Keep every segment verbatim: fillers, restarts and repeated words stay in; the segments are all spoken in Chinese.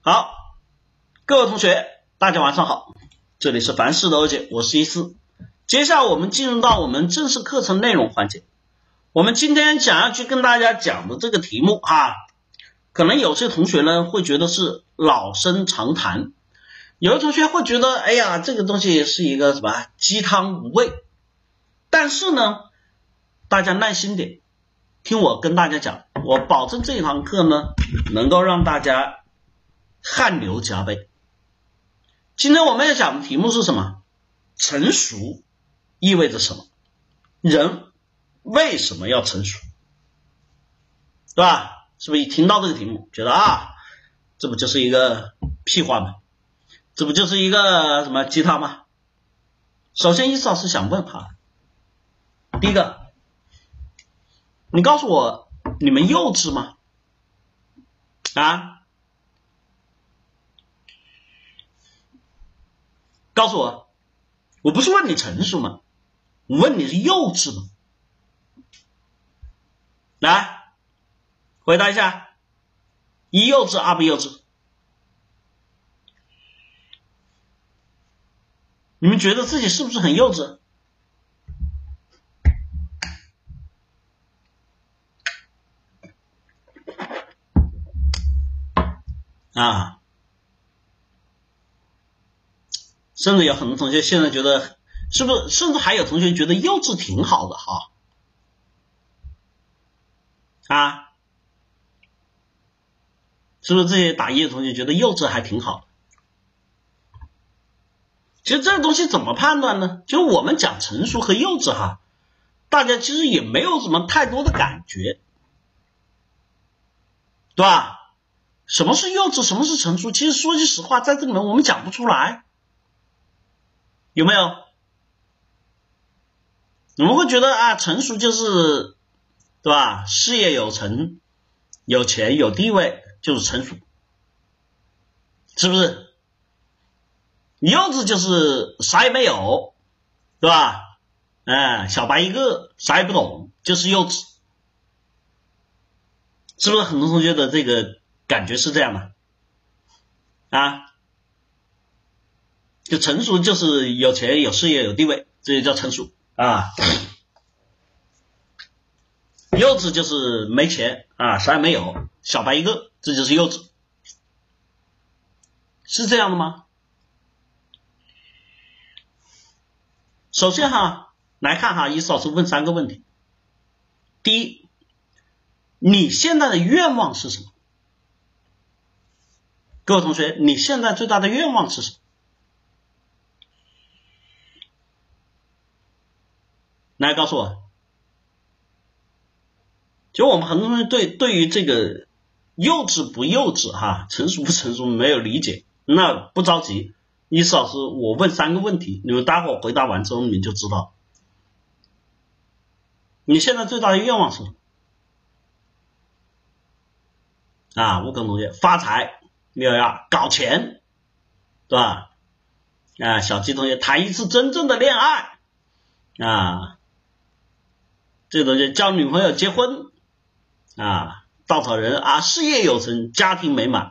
好，各位同学，大家晚上好，这里是凡事的欧姐，我是一思。接下来我们进入到我们正式课程内容环节。我们今天想要去跟大家讲的这个题目哈，可能有些同学呢会觉得是老生常谈，有的同学会觉得哎呀这个东西是一个什么鸡汤无味，但是呢大家耐心点听我跟大家讲，我保证这一堂课呢能够让大家汗流浃背。今天我们要讲的题目是什么？成熟意味着什么？人为什么要成熟？对吧？是不是一听到这个题目觉得啊这不就是一个屁话吗？这不就是一个什么鸡汤吗？首先一思老师想问哈，第一个，你告诉我你们幼稚吗？啊告诉我，我不是问你成熟吗？我问你是幼稚吗？来回答一下，一幼稚二不幼稚？你们觉得自己是不是很幼稚？啊，甚至有很多同学现在觉得，是不是甚至还有同学觉得幼稚挺好的哈？啊，是不是这些打一的同学觉得幼稚还挺好的？其实这个东西怎么判断呢？就是我们讲成熟和幼稚哈，大家其实也没有什么太多的感觉，对吧？什么是幼稚，什么是成熟？其实说句实话，在这里面我们讲不出来，有没有？我们会觉得啊，成熟就是对吧？事业有成，有钱有地位就是成熟，是不是？幼稚就是啥也没有，对吧？哎，小白一个，啥也不懂，就是幼稚，是不是？很多同学的这个感觉是这样的啊？就成熟就是有钱有事业有地位，这就叫成熟啊。幼稚就是没钱啊，啥也没有，小白一个，这就是幼稚，是这样的吗？首先哈，来看哈，一思老师问三个问题。第一，你现在的愿望是什么？各位同学，你现在最大的愿望是什么？来告诉我。就我们很多同学对对于这个幼稚不幼稚哈，成熟不成熟没有理解，那不着急，一思老师我问三个问题，你们待会儿回答完之后你们就知道。你现在最大的愿望是什么？啊，吴肯同学发财，六幺搞钱，对吧？啊，小鸡同学谈一次真正的恋爱，啊，这个同学交女朋友结婚，啊，稻草人啊，事业有成，家庭美满。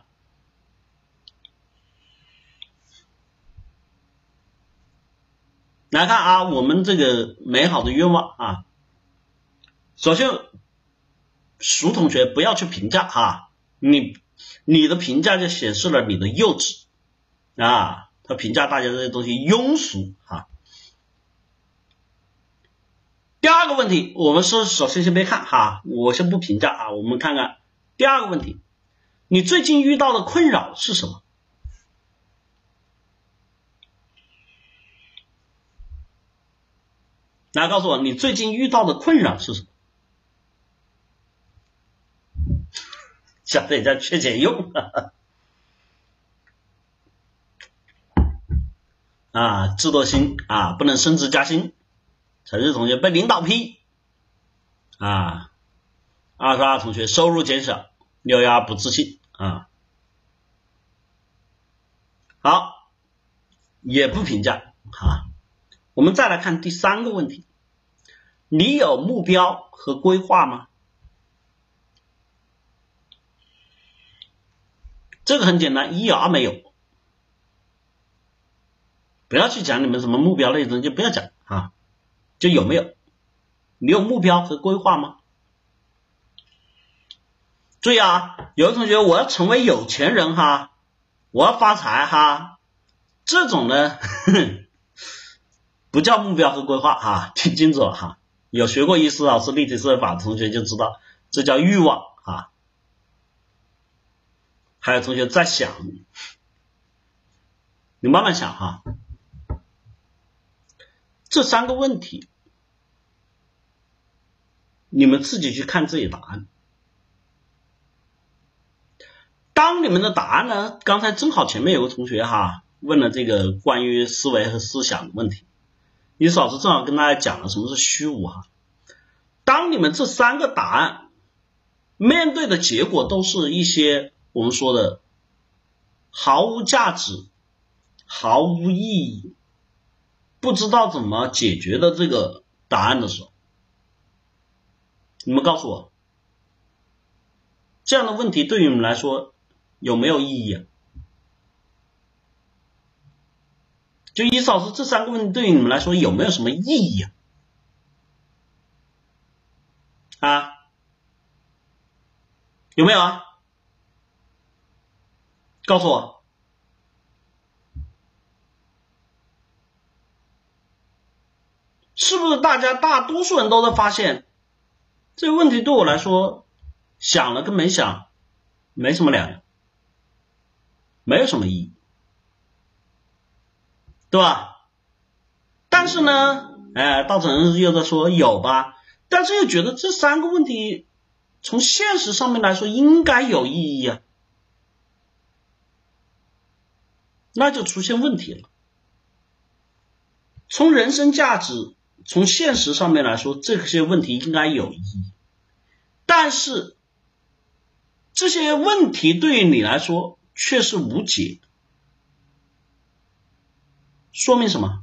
来看啊，我们这个美好的愿望啊，首先，熟同学不要去评价哈，你你的评价就显示了你的幼稚啊，他评价大家这些东西庸俗哈。第二个问题，我们是首先先别看哈，我先不评价啊，我们看看第二个问题，你最近遇到的困扰是什么？来告诉我，你最近遇到的困扰是什么？想着人家缺钱用，哈哈啊，智多星啊，不能升职加薪。陈日同学被领导批啊，二十二同学收入减少，六幺不自信啊。好，也不评价啊。我们再来看第三个问题，你有目标和规划吗？ 这个很简单，一而没有。不要去讲你们什么目标内容，就不要讲啊，就有没有？你有目标和规划吗？注意啊，有的同学我要成为有钱人哈，我要发财哈，这种呢呵呵不叫目标和规划哈，听清楚了哈。有学过伊斯老师立体思维法的同学就知道，这叫欲望啊。还有同学在想，你慢慢想哈，这三个问题，你们自己去看自己答案。当你们的答案呢，刚才正好前面有个同学哈问了这个关于思维和思想的问题，伊斯老师正好跟大家讲了什么是虚无哈。当你们这三个答案面对的结果都是一些我们说的毫无价值、毫无意义、不知道怎么解决的这个答案的时候，你们告诉我，这样的问题对于你们来说有没有意义啊？就伊斯老师这三个问题对于你们来说有没有什么意义啊？啊，有没有啊？告诉我。是不是大家大多数人都在发现，这个问题对我来说，想了跟没想没什么两样，没有什么意义，对吧？但是呢，哎，道成又在说有吧，但是又觉得这三个问题从现实上面来说应该有意义啊，那就出现问题了。从人生价值，从现实上面来说，这些问题应该有意义，但是这些问题对于你来说却是无解，说明什么？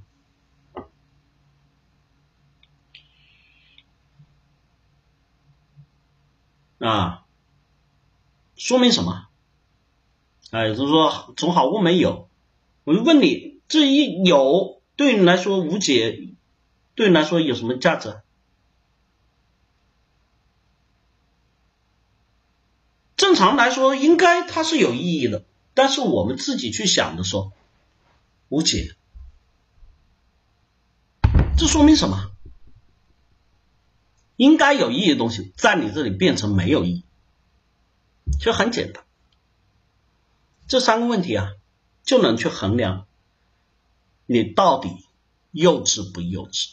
啊，说明什么？哎，有人说总好问没有，我就问你，这一有对你来说无解，对你来说有什么价值？正常来说应该它是有意义的，但是我们自己去想的时候无解，这说明什么？应该有意义的东西在你这里变成没有意义，其实很简单，这三个问题啊就能去衡量你到底幼稚不幼稚。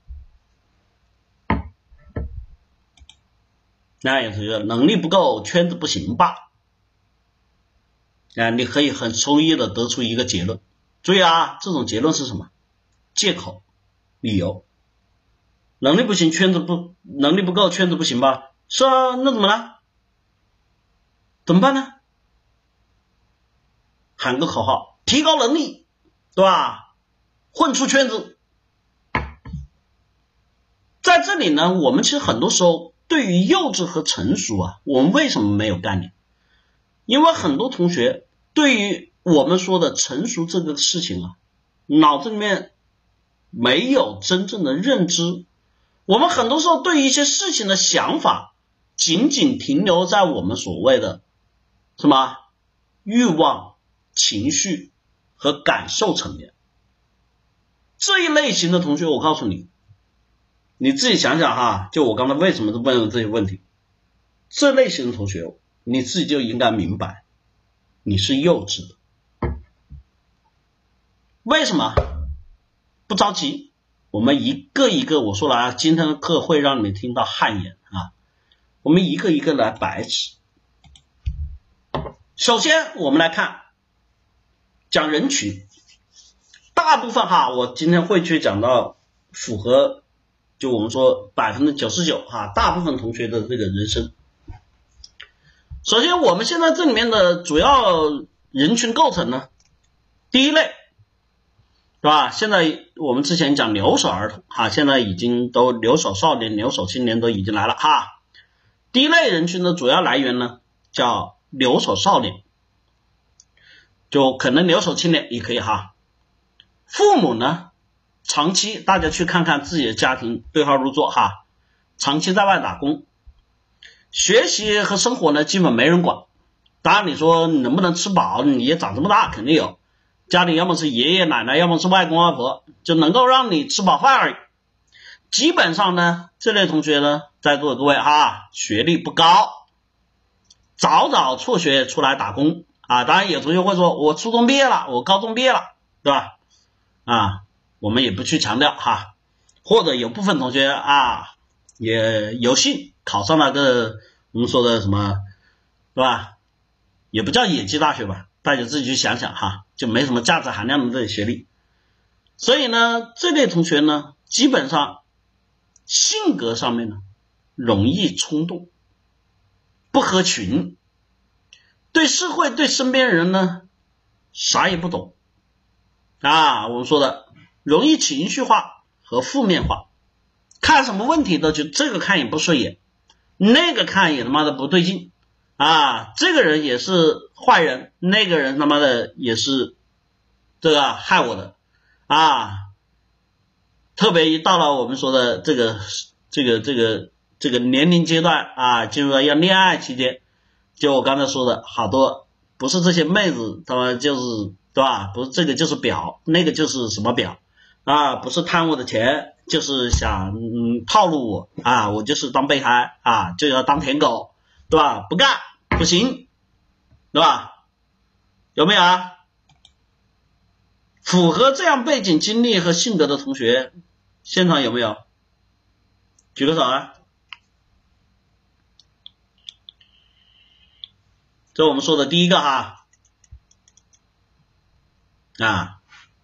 那有同学能力不够，圈子不行吧？啊，你可以很充裕的得出一个结论。注意啊，这种结论是什么？借口、理由。能力不行，圈子不能力不够，圈子不行吧？是啊，那怎么了？怎么办呢？喊个口号，提高能力，对吧？混出圈子。在这里呢，我们其实很多时候对于幼稚和成熟啊，我们为什么没有概念？因为很多同学对于我们说的成熟这个事情啊，脑子里面没有真正的认知。我们很多时候对于一些事情的想法仅仅停留在我们所谓的什么欲望、情绪和感受层面。这一类型的同学，我告诉你，你自己想想哈，就我刚才为什么问了这些问题，这类型的同学你自己就应该明白你是幼稚的。为什么？不着急，我们一个一个，我说了啊，今天的课会让你们听到汗颜啊，我们一个一个来白纸。首先我们来看讲人群，大部分哈，我今天会去讲到符合就我们说 百分之九十九 哈，大部分同学的这个人生。首先我们现在这里面的主要人群构成呢，第一类是吧？现在我们之前讲留守儿童哈，现在已经都留守少年、留守青年都已经来了哈。第一类人群的主要来源呢叫留守少年， 就可能留守青年也可以哈。父母呢，长期大家去看看自己的家庭对号入座哈，长期在外打工，学习和生活呢基本没人管。当然你说你能不能吃饱，你也长这么大肯定有，家里要么是爷爷奶奶，要么是外公外婆，就能够让你吃饱饭而已。基本上呢，这类同学呢，在座的各位哈，学历不高，早早辍学出来打工啊。当然有同学会说，我初中毕业了，我高中毕业了，对吧？啊，我们也不去强调哈。或者有部分同学啊，也有幸考上了个我们说的什么，对吧？也不叫野鸡大学吧，大家自己去想想哈，就没什么价值含量的这些学历。所以呢，这类同学呢，基本上性格上面呢，容易冲动，不合群，对社会对身边人呢，啥也不懂啊。我们说的容易情绪化和负面化，看什么问题都就这个看也不顺眼，那个看也他妈的不对劲啊，这个人也是坏人，那个人他妈的也是这个害我的啊。特别一到了我们说的这个这个这个这个年龄阶段啊，进入到要恋爱期间，就我刚才说的好多不是这些妹子他们就是对吧，不是这个就是婊，那个就是什么婊啊，不是贪我的钱，就是想嗯套路我啊，我就是当备胎啊，就要当舔狗，对吧？不干不行，对吧？有没有啊？符合这样背景经历和性格的同学，现场有没有？举个手啊！这我们说的第一个哈啊，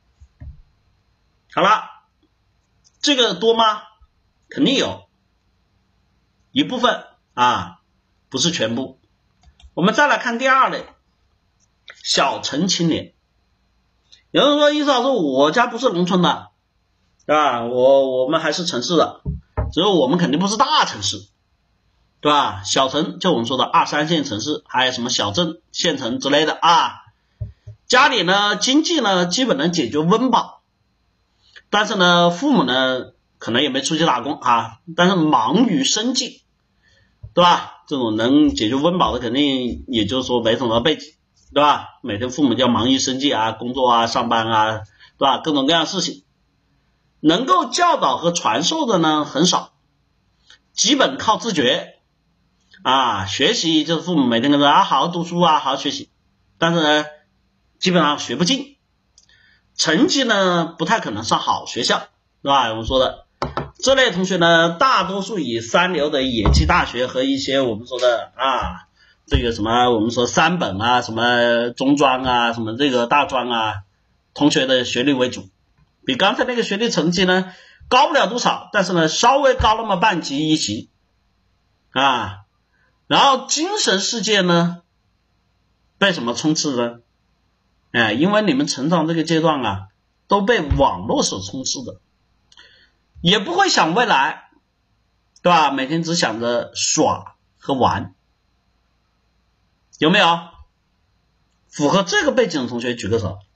好了，这个多吗？肯定有一部分啊，不是全部。我们再来看第二类，小城青年。有人说，意思老师，我家不是农村的，对吧？我我们还是城市的，只有我们肯定不是大城市，对吧？小城就我们说的二三线城市，还有什么小镇、县城之类的啊。家里呢，经济呢，基本能解决温饱，但是呢，父母呢，可能也没出去打工啊，但是忙于生计，对吧？这种能解决温饱的，肯定也就是说没什么背景，对吧？每天父母就要忙于生计啊，工作啊，上班啊，对吧？各种各样的事情，能够教导和传授的呢很少，基本靠自觉啊。学习就是父母每天跟着啊，好好读书啊，好好学习，但是呢，基本上学不进，成绩呢不太可能上好学校，对吧？我们说的这类同学呢，大多数以三流的野鸡大学和一些我们说的啊。这个什么我们说三本啊，什么中专啊，什么这个大专啊，同学的学历为主，比刚才那个学历成绩呢高不了多少，但是呢稍微高那么半级一级啊。然后精神世界呢被什么充斥呢？哎，因为你们成长这个阶段啊，都被网络所充斥的，也不会想未来，对吧？每天只想着耍和玩。有没有符合这个背景的同学举个手，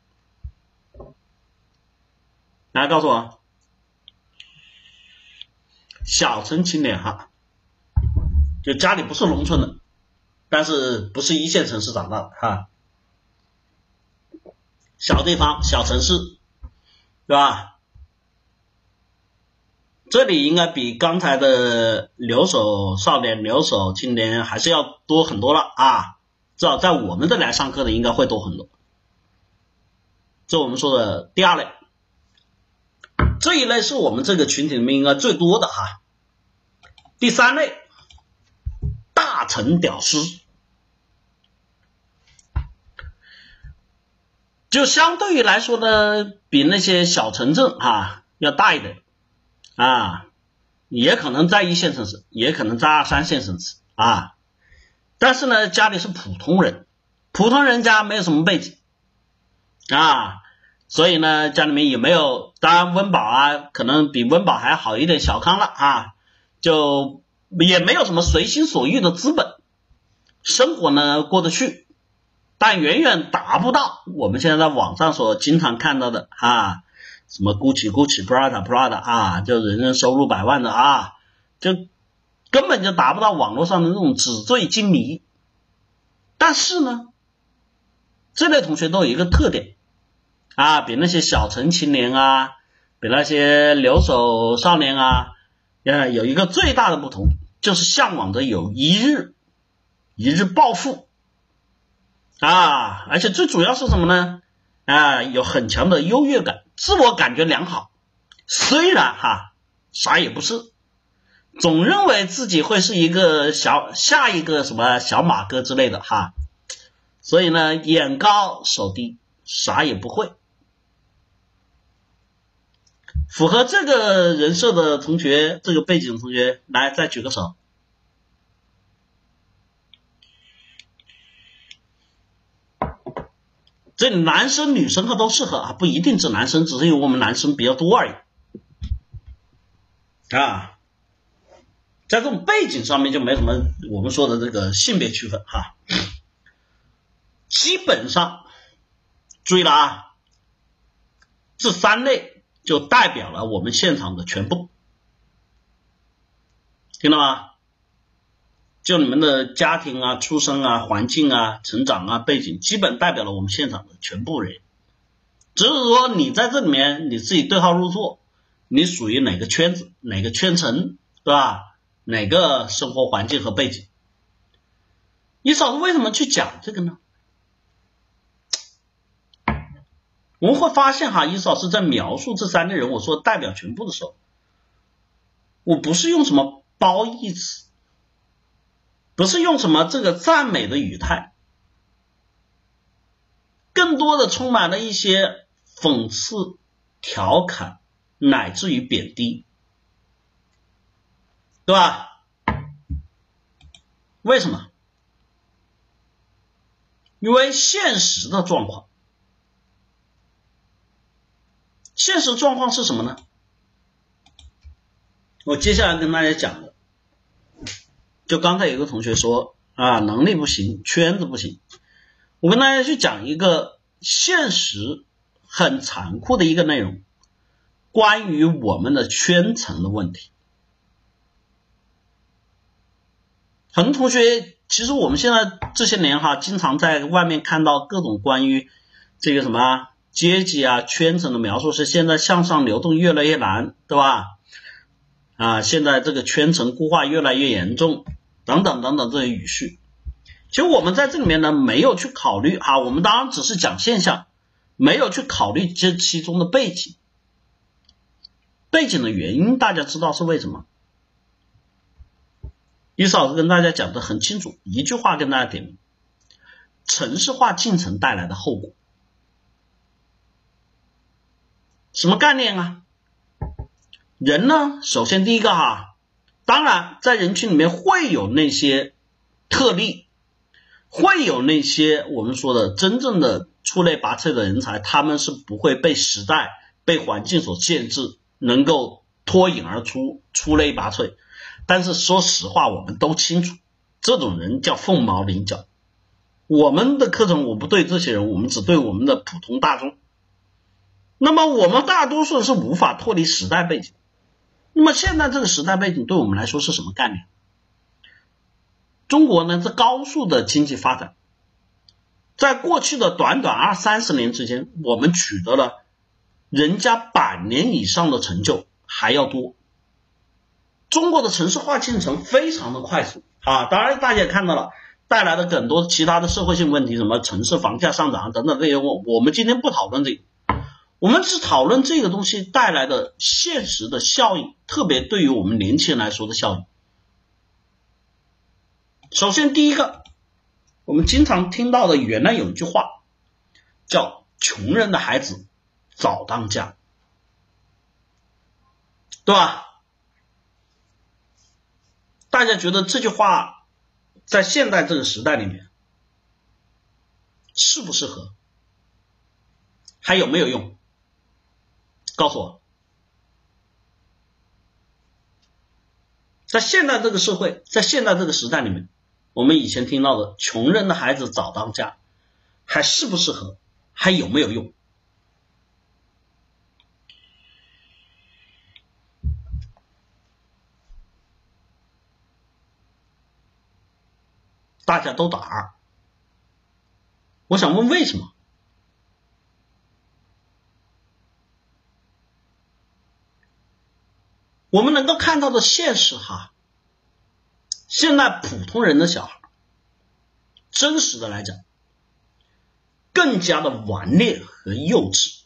来告诉我。小城青年哈，就家里不是农村的，但是不是一线城市长大的哈，小地方小城市，对吧？这里应该比刚才的留守少年留守青年还是要多很多了啊，至少在我们这里来上课的应该会多很多。这我们说的第二类，这一类是我们这个群体里面应该最多的哈。第三类，大城屌丝，就相对于来说呢，比那些小城镇哈要大一点啊，也可能在一线城市，也可能在二三线城市啊。但是呢，家里是普通人，普通人家没有什么背景啊，所以呢，家里面也没有，当然温饱啊，可能比温饱还好一点，小康了啊，就也没有什么随心所欲的资本，生活呢过得去， 但远远达不到我们现在在网上所经常看到的啊，什么 Gucci Gucci Prada Prada 啊，就人人收入百万的啊，就根本就达不到网络上的那种纸醉金迷。但是呢，这类同学都有一个特点啊，比那些小城青年啊，比那些留守少年啊，呃，有一个最大的不同，就是向往着有一日一日暴富啊，而且最主要是什么呢？啊，有很强的优越感，自我感觉良好，虽然哈啥也不是，总认为自己会是一个小下一个什么小马哥之类的哈，所以呢，眼高手低，啥也不会。符合这个人设的同学，这个背景的同学，来再举个手。这男生女生他都适合啊，不一定指男生，只是因为我们男生比较多而已啊。在这种背景上面就没什么我们说的这个性别区分哈。基本上注意了啊，这三类就代表了我们现场的全部，听到吗？就你们的家庭啊、出生啊、环境啊、成长啊、背景，基本代表了我们现场的全部人。只是说你在这里面你自己对号入座，你属于哪个圈子、哪个圈层，对吧？哪个生活环境和背景？你嫂子为什么去讲这个呢？我们会发现哈，伊嫂是在描述这三类人，我说代表全部的时候，我不是用什么褒义词，不是用什么这个赞美的语态，更多的充满了一些讽刺、调侃，乃至于贬低，对吧？为什么？因为现实的状况，现实状况是什么呢？我接下来跟大家讲的，就刚才有个同学说啊，能力不行，圈子不行，我跟大家去讲一个现实很残酷的一个内容，关于我们的圈层的问题。很多同学其实我们现在这些年哈，经常在外面看到各种关于这个什么阶级啊、圈层的描述，是现在向上流动越来越难，对吧？啊，现在这个圈层固化越来越严重，等等等等这些语序。其实我们在这里面呢，没有去考虑啊，我们当然只是讲现象，没有去考虑这其中的背景。背景的原因大家知道是为什么？于嫂子跟大家讲的很清楚，一句话跟大家点明：城市化进程带来的后果。什么概念啊？人呢，首先第一个哈，当然在人群里面会有那些特例，会有那些我们说的真正的出类拔萃的人才，他们是不会被时代、被环境所限制，能够脱颖而出、出类拔萃。但是说实话，我们都清楚，这种人叫凤毛麟角。我们的课程我不对这些人，我们只对我们的普通大众。那么我们大多数是无法脱离时代背景。那么现在这个时代背景对我们来说是什么概念？中国呢，在高速的经济发展，在过去的短短二三十年之间，我们取得了人家百年以上的成就还要多。中国的城市化进程非常的快速啊，当然大家也看到了，带来了很多其他的社会性问题，什么城市房价上涨等等这些，我我们今天不讨论这个，我们只讨论这个东西带来的现实的效应，特别对于我们年轻人来说的效应。首先第一个，我们经常听到的原来有一句话叫穷人的孩子早当家，对吧？大家觉得这句话在现在这个时代里面适不适合？还有没有用？告诉我。在现在这个社会，在现在这个时代里面，我们以前听到的穷人的孩子早当家， 还适不适合，还有没有用？大家都打二，我想问为什么？我们能够看到的现实哈，现在普通人的小孩，真实的来讲，更加的顽劣和幼稚。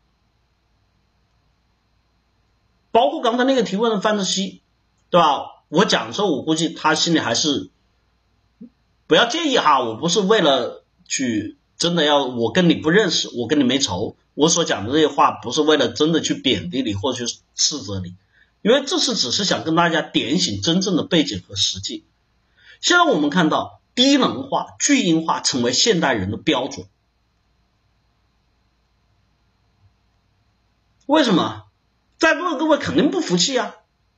包括刚才那个提问的范志熙，对吧？我讲的时候，我估计他心里还是不要介意哈，我不是为了去真的要我跟你不认识，我跟你没仇，我所讲的这些话不是为了真的去贬低你或者去斥责你，因为这是只是想跟大家点醒真正的背景和实际。现在我们看到低能化、巨婴化成为现代人的标准，为什么？在座的各位肯定不服气啊！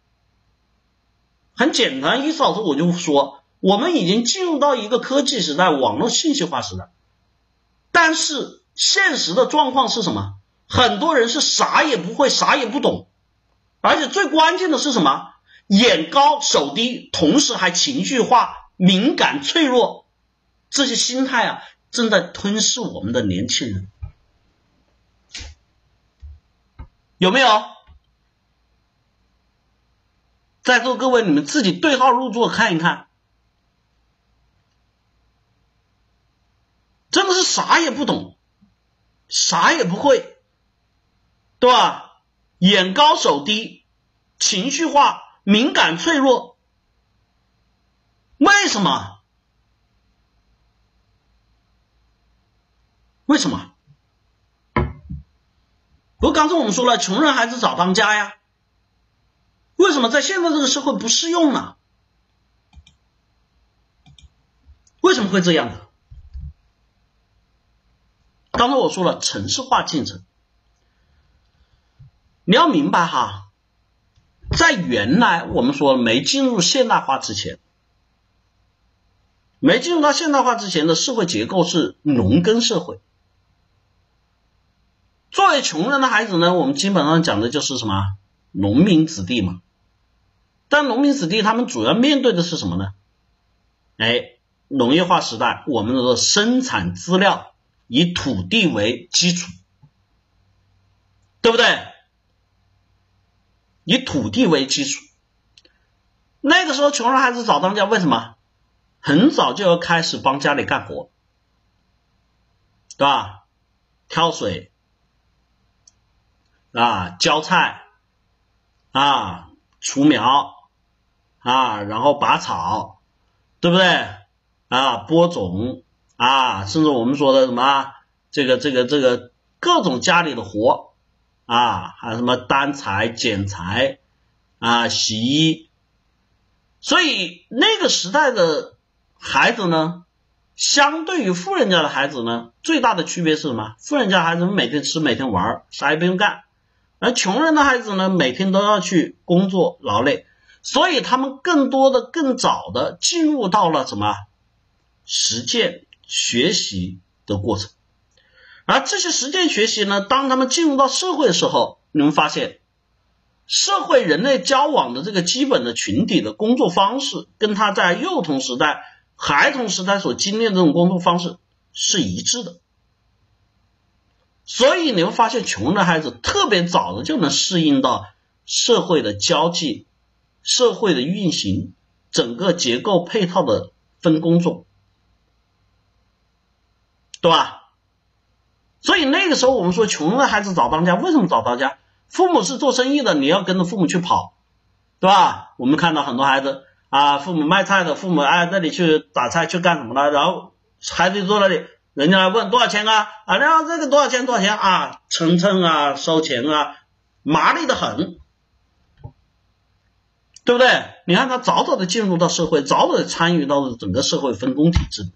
很简单，意思老师我就说，我们已经进入到一个科技时代、网络信息化时代，但是现实的状况是什么？很多人是啥也不会，啥也不懂，而且最关键的是什么？眼高手低，同时还情绪化、敏感、脆弱，这些心态啊，正在吞噬我们的年轻人，有没有？在座各位，你们自己对号入座看一看，真的是啥也不懂，啥也不会，对吧？眼高手低，情绪化、敏感、脆弱，为什么？为什么？不，刚才我们说了，穷人孩子早当家呀。为什么在现在这个社会不适用呢？为什么会这样呢？刚才我说了，城市化竞争，你要明白哈，在原来我们说没进入现代化之前，没进入到现代化之前的社会结构是农耕社会。作为穷人的孩子呢，我们基本上讲的就是什么农民子弟嘛。但农民子弟他们主要面对的是什么呢？哎，农业化时代，我们的生产资料以土地为基础，对不对？以土地为基础。那个时候穷人孩子早当家，为什么？很早就要开始帮家里干活，对吧？挑水啊，浇菜啊，除苗啊，然后拔草，对不对？啊，播种啊，甚至我们说的什么这个这个这个各种家里的活啊，还有什么担柴、捡柴啊、洗衣。所以那个时代的孩子呢，相对于富人家的孩子呢，最大的区别是什么？富人家孩子们每天吃每天玩，啥也不用干，而穷人的孩子呢，每天都要去工作劳累，所以他们更多的更早的进入到了什么实践学习的过程。而这些实践学习呢，当他们进入到社会的时候，你们发现社会人类交往的这个基本的群体的工作方式，跟他在幼童时代、孩童时代所经历的这种工作方式是一致的。所以你会发现穷人的孩子特别早的就能适应到社会的交际、社会的运行、整个结构配套的分工作，对吧？所以那个时候我们说穷人的孩子早当家，为什么早当家？父母是做生意的，你要跟着父母去跑，对吧？我们看到很多孩子啊，父母卖菜的，父母哎那里去打菜去干什么了，然后孩子坐那里，人家来问多少钱啊？啊，然后这个多少钱多少钱啊？称称啊，收钱啊，麻利的很，对不对？你看他早早的进入到社会，早早的参与到整个社会分工体制。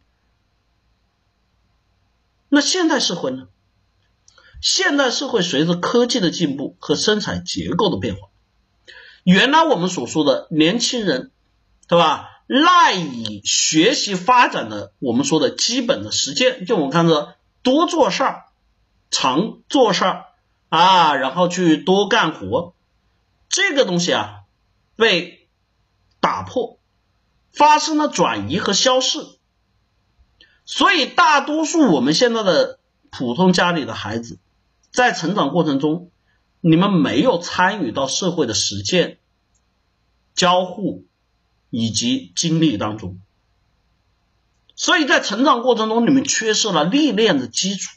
那现代社会呢？现代社会随着科技的进步和生产结构的变化，原来我们所说的年轻人，对吧？赖以学习发展的我们说的基本的实践，就我们看着多做事儿，常做事儿啊，然后去多干活，这个东西啊被打破，发生了转移和消逝。所以大多数我们现在的普通家里的孩子，在成长过程中，你们没有参与到社会的实践、交互以及经历当中，所以在成长过程中你们缺失了历练的基础。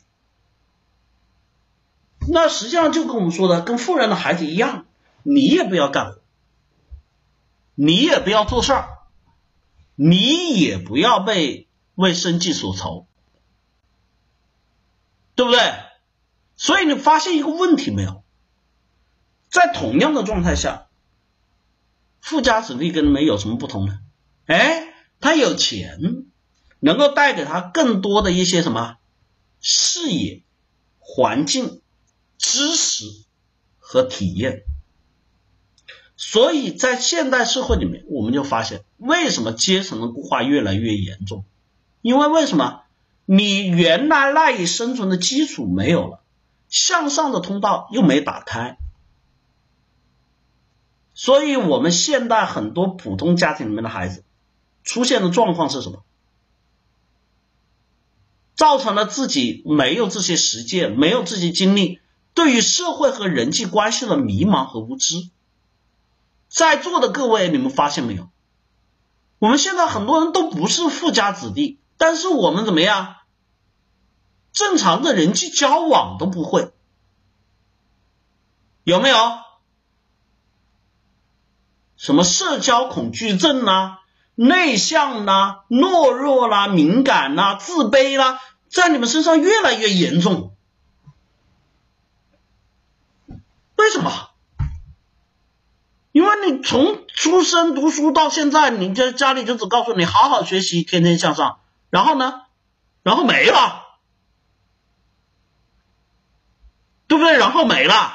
那实际上就跟我们说的，跟富人的孩子一样，你也不要干活，你也不要做事儿，你也不要被为生计所愁，对不对？所以你发现一个问题没有？在同样的状态下，富家子弟跟你们有什么不同呢？哎，他有钱，能够带给他更多的一些什么视野、环境、知识和体验。所以在现代社会里面，我们就发现为什么阶层的固化越来越严重，因为为什么你原来赖以生存的基础没有了，向上的通道又没打开。所以我们现代很多普通家庭里面的孩子出现的状况是什么？造成了自己没有这些实践，没有这些经历，对于社会和人际关系的迷茫和无知。在座的各位，你们发现没有？我们现在很多人都不是富家子弟，但是我们怎么样？正常的人际交往都不会，有没有？什么社交恐惧症啦、内向啦、懦弱啦、敏感啦、自卑啦，在你们身上越来越严重。为什么？因为你从出生读书到现在，你在家里就只告诉你好好学习，天天向上，然后呢，然后没了，对不对？然后没了。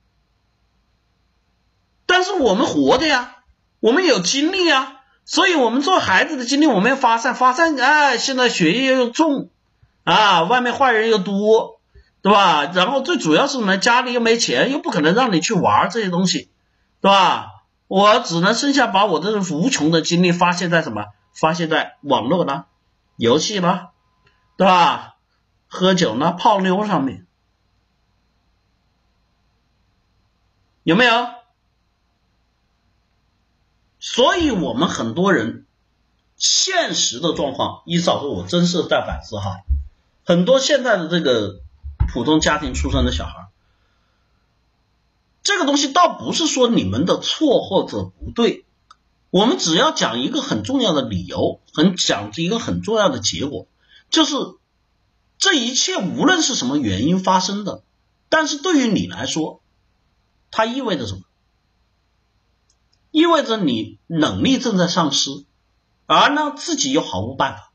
但是我们活的呀，我们有经历啊，所以我们做孩子的经历我们要发散发散。哎，现在学业又重啊，外面坏人又多，对吧？然后最主要是什么？家里又没钱，又不可能让你去玩这些东西，对吧？我只能剩下把我这种无穷的精力发泄在什么？发泄在网络啦、游戏啦，对吧？喝酒啦、泡妞上面，有没有？所以我们很多人现实的状况，一嫂说我真是在反思哈，很多现在的这个普通家庭出生的小孩，这个东西倒不是说你们的错或者不对，我们只要讲一个很重要的理由，很讲一个很重要的结果，就是这一切无论是什么原因发生的，但是对于你来说，它意味着什么？意味着你能力正在丧失，而呢自己又毫无办法，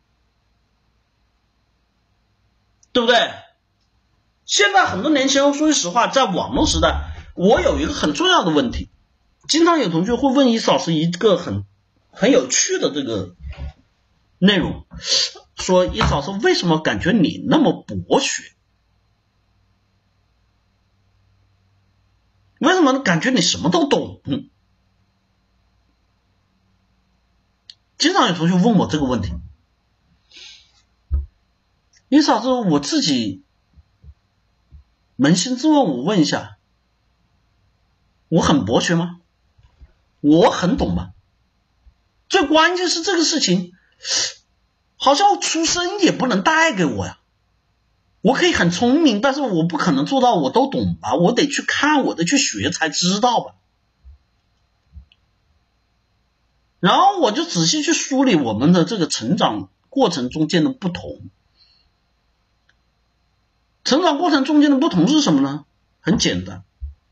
对不对？现在很多年轻人说句实话，在网络时代，我有一个很重要的问题，经常有同学会问伊斯老师一个很很有趣的这个内容，说伊斯老师为什么感觉你那么博学？为什么感觉你什么都懂？经常有同学问我这个问题，伊斯老师我自己扪心自问，我问一下，我很博学吗？我很懂吗？最关键是这个事情好像出生也不能带给我呀，我可以很聪明，但是我不可能做到我都懂吧，我得去看，我得去学才知道吧。然后我就仔细去梳理我们的这个成长过程中间的不同。成长过程中间的不同是什么呢？很简单，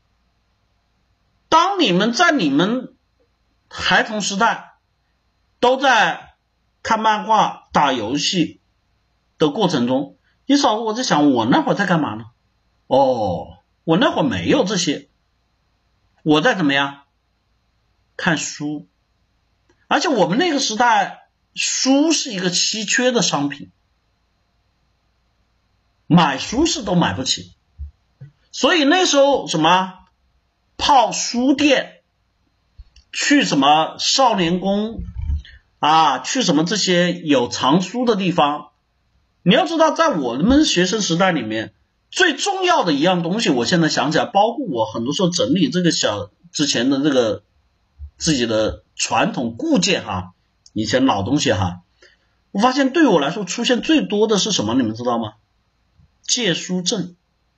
当你们在你们孩童时代都在看漫画、打游戏的过程中，你少我在想，我那会儿在干嘛呢？哦，我那会儿没有这些，我在怎么样？看书。而且我们那个时代，书是一个稀缺的商品。 买书是都买不起。所以那时候什么泡书店，去什么少年宫啊，去什么这些有藏书的地方。你要知道，在我们学生时代里面，最重要的一样东西，我现在想起来，包括我很多时候整理这个小之前的这个自己的传统固件哈，以前老东西哈，我发现对我来说出现最多的是什么？你们知道吗？借书证。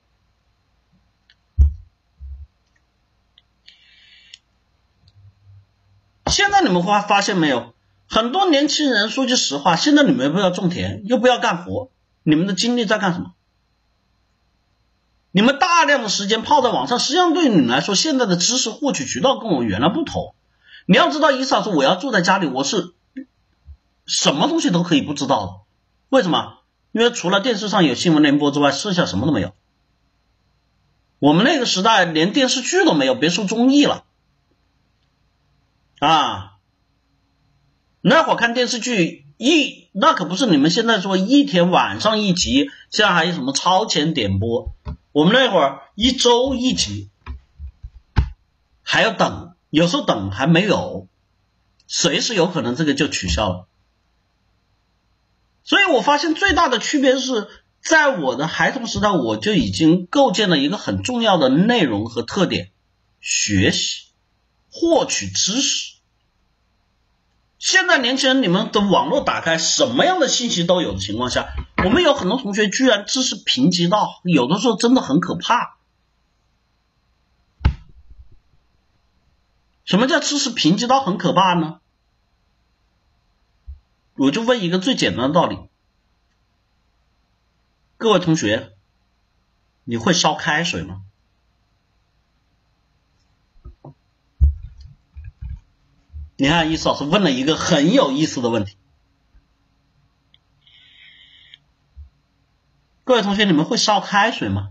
现在你们会发现没有，很多年轻人说句实话，现在你们不要种田，又不要干活，你们的精力在干什么？你们大量的时间泡在网上，实际上对于你们来说，现在的知识获取渠道跟我原来不同。你要知道，伊嫂说我要住在家里，我是什么东西都可以不知道的。为什么？因为除了电视上有新闻联播之外，剩下什么都没有。我们那个时代连电视剧都没有，别说综艺了啊！那会儿看电视剧一，那可不是你们现在说一天晚上一集，现在还有什么超前点播。我们那会儿一周一集，还要等，有时候等还没有，随时有可能这个就取消了。所以我发现最大的区别是，在我的孩童时代，我就已经构建了一个很重要的内容和特点：学习、获取知识。现在年轻人，你们的网络打开，什么样的信息都有的情况下，我们有很多同学居然知识贫瘠到，有的时候真的很可怕。什么叫知识贫瘠到很可怕呢？我就问一个最简单的道理，各位同学，你会烧开水吗？你看，伊斯老师问了一个很有意思的问题。各位同学，你们会烧开水吗？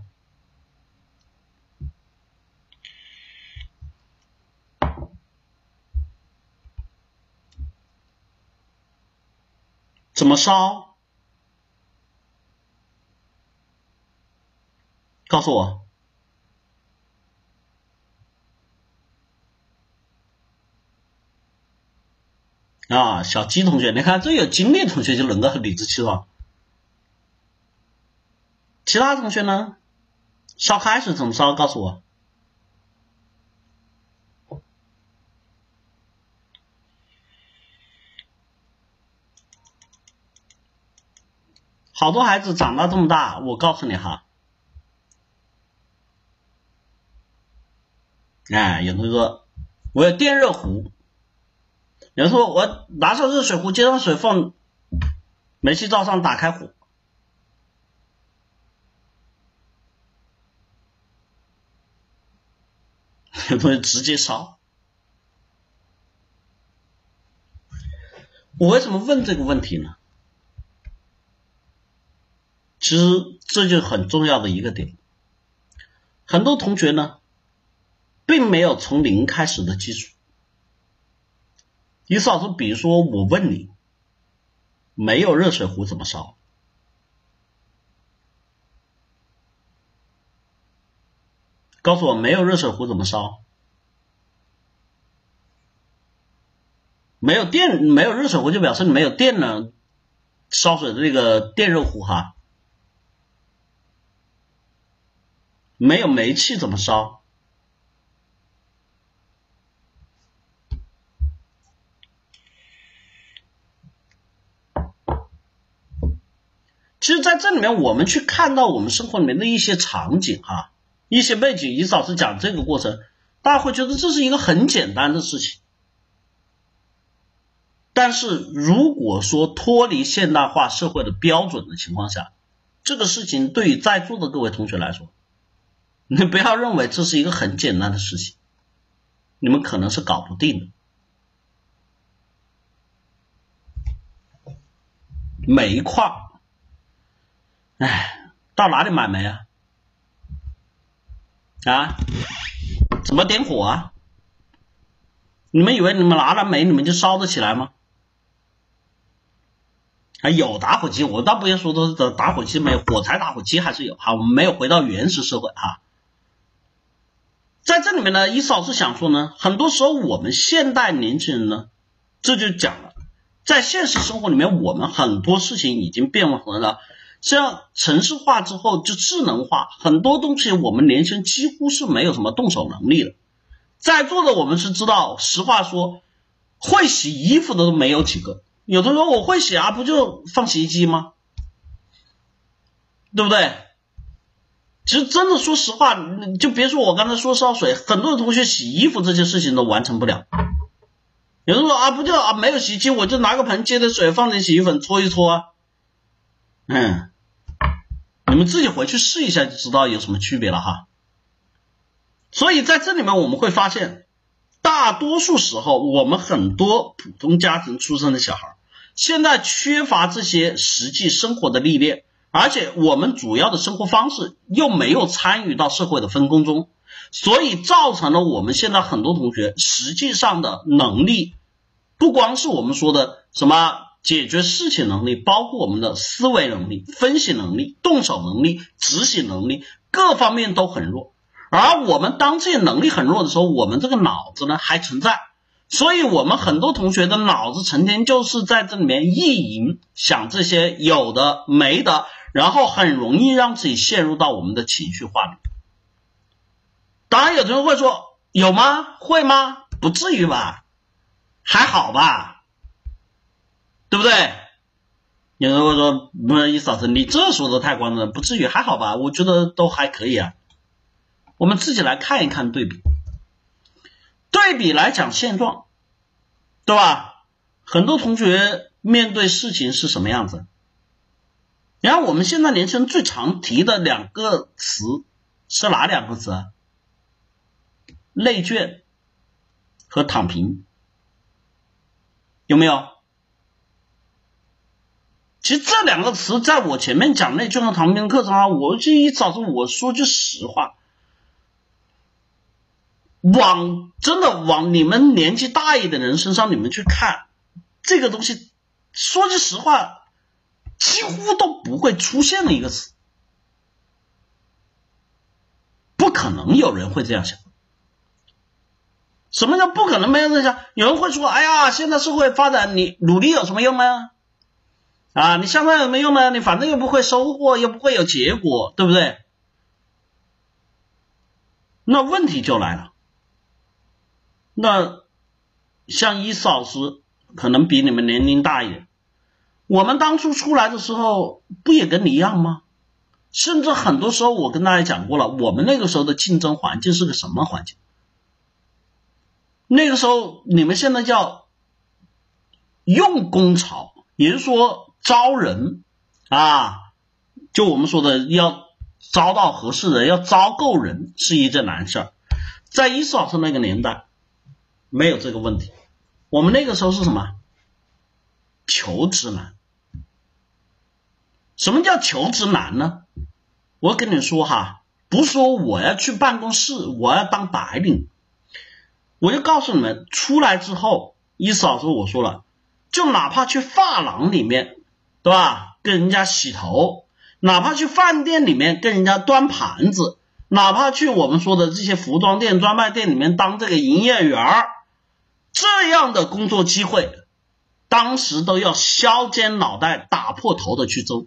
怎么烧？告诉我。啊，小鸡同学，你看这有经历同学就能够很理直气壮。其他同学呢？烧开水怎么烧？告诉我。好多孩子长到这么大，我告诉你哈，哎，有同学说我有电热壶，有人说我拿上热水壶，接上水放煤气灶上，打开火。有同学直接烧。我为什么问这个问题呢？其实这就是很重要的一个点。很多同学呢，并没有从零开始的基础。伊斯老师，比如说我问你，没有热水壶怎么烧？告诉我，没有热水壶怎么烧？没有电，没有热水壶就表示你没有电呢，烧水的这个电热壶哈。没有煤气怎么烧？其实在这里面我们去看到我们生活里面的一些场景哈，一些背景，伊斯老师讲这个过程，大家会觉得这是一个很简单的事情。但是如果说脱离现代化社会的标准的情况下，这个事情对于在座的各位同学来说，你不要认为这是一个很简单的事情，你们可能是搞不定的。煤矿，哎，到哪里买煤啊？啊？怎么点火啊？你们以为你们拿了煤你们就烧得起来吗？ 啊，有打火机，我倒不要说都是打火机没有，火柴打火机还是有哈，我们没有回到原始社会哈。在这里面呢，伊斯老师想说呢，很多时候我们现代年轻人呢，这就讲了，在现实生活里面，我们很多事情已经变成了，像城市化之后就智能化，很多东西我们年轻人几乎是没有什么动手能力的。在座的我们是知道，实话说，会洗衣服的都没有几个。有的人说我会洗啊，不就放洗衣机吗？对不对？其实真的说实话，就别说我刚才说烧水，很多同学洗衣服这些事情都完成不了。有人说啊，不就啊没有洗衣机，我就拿个盆接着水放点洗衣粉搓一搓啊。嗯，你们自己回去试一下就知道有什么区别了哈。所以在这里面我们会发现，大多数时候我们很多普通家庭出生的小孩，现在缺乏这些实际生活的历练，而且我们主要的生活方式又没有参与到社会的分工中，所以造成了我们现在很多同学实际上的能力，不光是我们说的什么解决事情能力，包括我们的思维能力、分析能力、动手能力、执行能力，各方面都很弱。而我们当这些能力很弱的时候，我们这个脑子呢还存在，所以我们很多同学的脑子成天就是在这里面意淫，想这些有的没的，然后很容易让自己陷入到我们的情绪化里。当然有的人会说，有吗？会吗？不至于吧，还好吧，对不对？有人会说，不是，伊斯老师你这说的太夸张了，不至于，还好吧，我觉得都还可以啊。我们自己来看一看对比，对比来讲现状，对吧？很多同学面对事情是什么样子？然后我们现在年轻人最常提的两个词是哪两个词啊？内卷和躺平，有没有？其实这两个词在我前面讲内卷和躺平的课程啊，我就一早上我说句实话，往真的往你们年纪大一点的人身上你们去看，这个东西说句实话几乎都不会出现的一个词，不可能有人会这样想。什么叫不可能没有人想？有人会说，哎呀，现在社会发展你努力有什么用呢？啊，你向上有什么用呢？你反正又不会收获，又不会有结果，对不对？那问题就来了，那像伊斯老师可能比你们年龄大一点，我们当初出来的时候不也跟你一样吗？甚至很多时候我跟大家讲过了，我们那个时候的竞争环境是个什么环境？那个时候你们现在叫用工潮，也就是说招人啊，就我们说的要招到合适的，要招够人是一件难事。在伊斯老师那个年代没有这个问题，我们那个时候是什么？求职难。什么叫求职难呢？我跟你说哈，不是说我要去办公室，我要当白领，我就告诉你们，出来之后，伊斯老师我说了，就哪怕去发廊里面，对吧？跟人家洗头，哪怕去饭店里面跟人家端盘子，哪怕去我们说的这些服装店、专卖店里面当这个营业员，这样的工作机会，当时都要削尖脑袋、打破头的去争。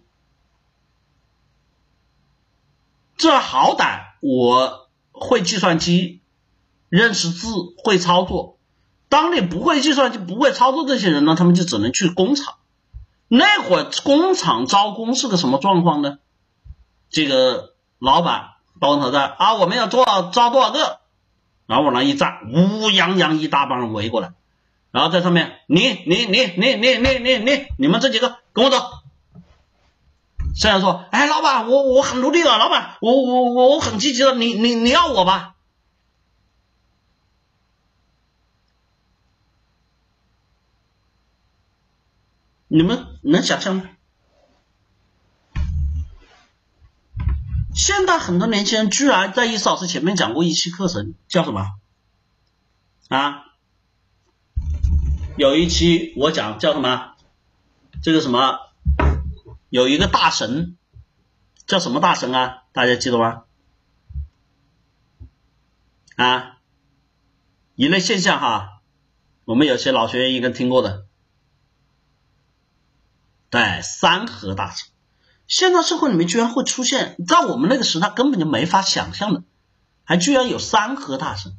这好歹我会计算机，认识字，会操作。当你不会计算机、不会操作这些人呢，他们就只能去工厂。那会儿工厂招工是个什么状况呢？这个老板包头在啊，我们要多少招多少个，然后往那一站，乌泱泱一大帮人围过来，然后在上面，你你你你你你你你你们这几个跟我走。虽然说，哎，老板，我我很努力的，老板，我我我我很积极的，你你你要我吧？你们能想象吗？现在很多年轻人居然在伊斯老师前面讲过一期课程，叫什么啊？有一期我讲叫什么？这个什么有一个大神，叫什么大神啊？大家记得吗？啊，一类现象哈，我们有些老学员应该听过的。对，三和大神，现在社会里面居然会出现，在我们那个时代根本就没法想象的，还居然有三和大神。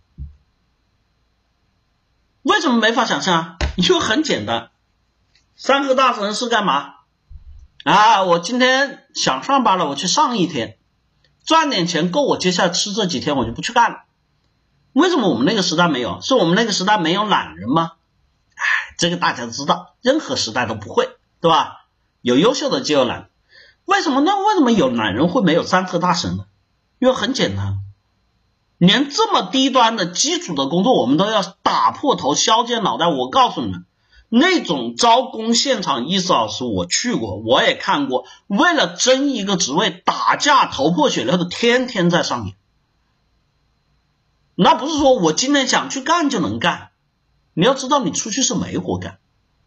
为什么没法想象啊？因为很简单，三和大神是干嘛啊？我今天想上班了，我去上一天，赚点钱够我接下来吃这几天，我就不去干了。为什么我们那个时代没有？是我们那个时代没有懒人吗？哎，这个大家知道，任何时代都不会，对吧？有优秀的就有懒。为什么呢？为什么有懒人会没有三和大神呢？因为很简单，连这么低端的基础的工作我们都要打破头削尖脑袋。我告诉你们，那种招工现场，意思老师我去过，我也看过，为了争一个职位打架头破血流的天天在上演。那不是说我今天想去干就能干，你要知道你出去是没活干，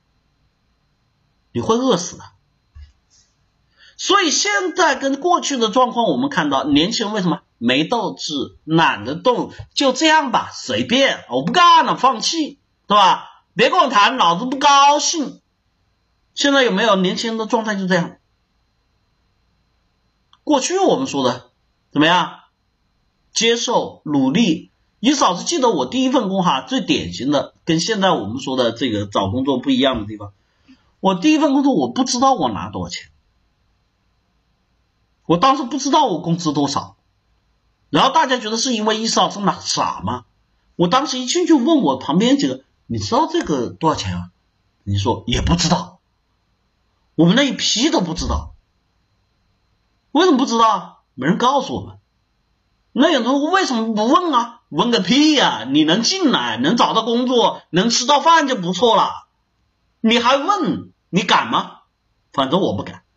你会饿死的。所以现在跟过去的状况我们看到，年轻人为什么没斗志，懒得动，就这样吧，随便，我不干了，放弃，对吧？别跟我谈，老子不高兴。现在有没有年轻人的状态就这样？过去我们说的怎么样？接受努力。你嫂子记得我第一份工哈，最典型的跟现在我们说的这个找工作不一样的地方，我第一份工作我不知道我拿多少钱，我当时不知道我工资多少，然后大家觉得是因为伊斯老师拿傻吗？我当时一进去问我旁边几个，你知道这个多少钱啊？你说也不知道，我们那一批都不知道。为什么不知道？没人告诉我们。那有人说为什么不问啊？问个屁呀、啊！你能进来，能找到工作，能吃到饭就不错了，你还问，你敢吗？反正我不敢。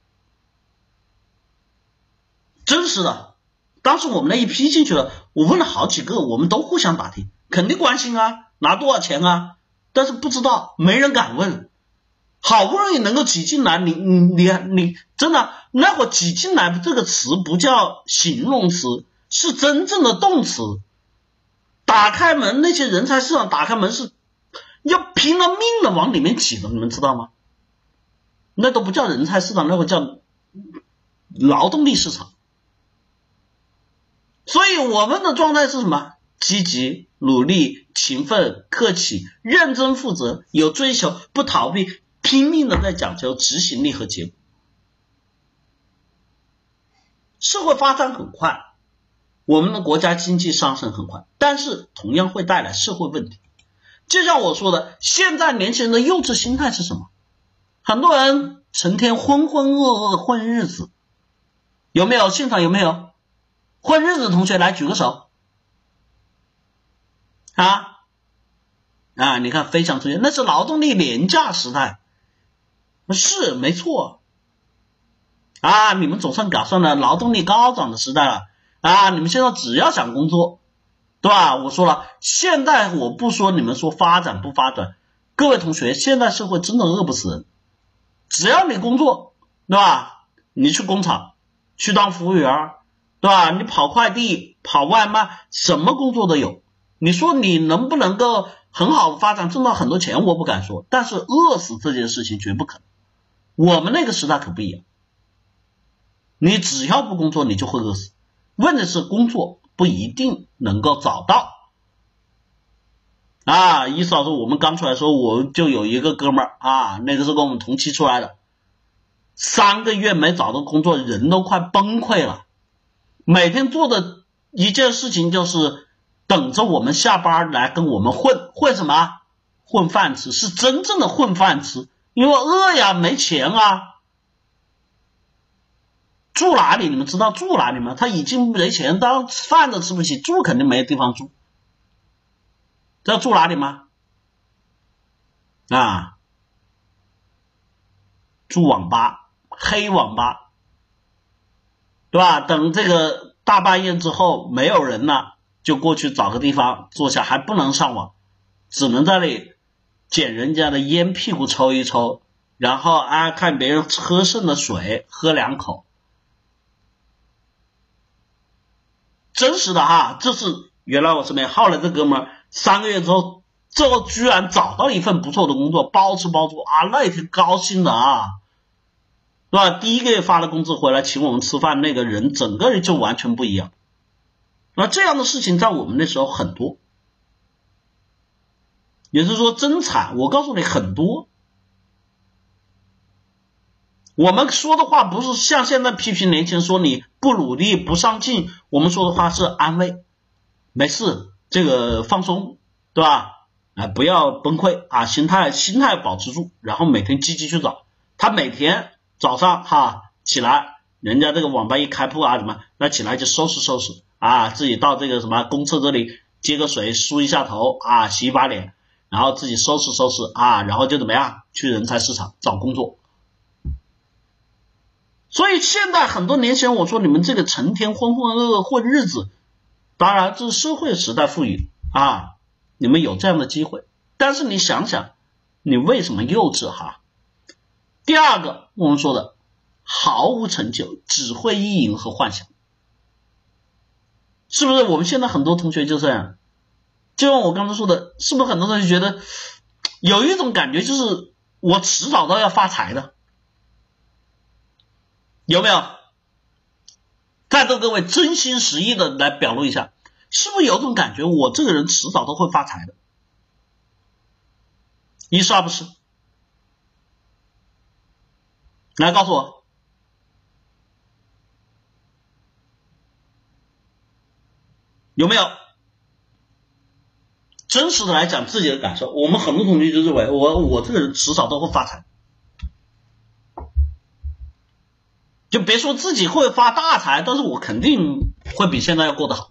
真是的，当时我们那一批进去了，我问了好几个，我们都互相打听，肯定关心啊，拿多少钱啊，但是不知道，没人敢问。好不容易能够挤进来，你你你你真的那会挤进来这个词不叫形容词，是真正的动词。打开门，那些人才市场打开门是要拼了命的往里面挤的，你们知道吗？那都不叫人才市场，那会叫劳动力市场。所以我们的状态是什么？积极、努力、勤奋、客气、认真负责，有追求，不逃避，拼命的在讲究执行力和结果。社会发展很快，我们的国家经济上升很快，但是同样会带来社会问题。就像我说的，现在年轻人的幼稚心态是什么？很多人成天浑浑噩噩混日子，有没有？现场有没有混日子的同学来举个手啊啊！你看非常出现，那是劳动力廉价时代，是没错啊！你们总算赶上了劳动力高涨的时代了啊！你们现在只要想工作，对吧？我说了，现在我不说你们说发展不发展，各位同学，现在社会真的饿不死人，只要你工作，对吧？你去工厂去当服务员，对吧？你跑快递跑外卖，什么工作都有。你说你能不能够很好的发展挣到很多钱，我不敢说，但是饿死这件事情绝不可能。我们那个时代可不一样，你只要不工作你就会饿死，问题是工作不一定能够找到啊。意思老师我们刚出来的时候，我就有一个哥们儿啊，那个是跟我们同期出来的，三个月没找到工作，人都快崩溃了，每天做的一件事情就是等着我们下班来跟我们混，混什么？混饭吃，是真正的混饭吃，因为饿呀，没钱啊。住哪里？你们知道住哪里吗？他已经没钱，当饭都吃不起，住肯定没地方住。知道住哪里吗？啊，住网吧，黑网吧，对吧？等这个大半夜之后没有人了，就过去找个地方坐下，还不能上网，只能在那里捡人家的烟屁股抽一抽， 然后啊看别人喝剩的水喝两口，真实的哈，这是原来我身边，后来这哥们儿三个月之后，最后居然找到一份不错的工作，包吃包住啊，那一天高兴的啊，是吧？第一个月发了工资回来请我们吃饭，那个人整个人就完全不一样。那这样的事情在我们那时候很多，也就是说真惨，我告诉你很多。我们说的话不是像现在批评年轻人说你不努力不上进，我们说的话是安慰，没事，这个放松，对吧？啊，不要崩溃啊，心态心态保持住，然后每天积极去找。他每天早上哈起来，人家这个网吧一开铺啊什么，那起来就收拾收拾啊，自己到这个什么公厕这里接个水梳一下头啊，洗一把脸，然后自己收拾收拾啊，然后就怎么样去人才市场找工作。所以现在很多年轻人，我说你们这个成天浑浑噩噩混日子，当然这是社会时代赋予啊，你们有这样的机会，但是你想想你为什么幼稚哈？第二个我们说的毫无成就，只会意淫和幻想，是不是？我们现在很多同学就这样，就像我刚才说的，是不是很多同学觉得有一种感觉，就是我迟早都要发财的，有没有？在座各位真心实意的来表露一下，是不是有种感觉我这个人迟早都会发财的？你是不是？来告诉我，有没有真实的来讲自己的感受？我们很多同学就认为我我这个人迟早都会发财，就别说自己会发大财，但是我肯定会比现在要过得好。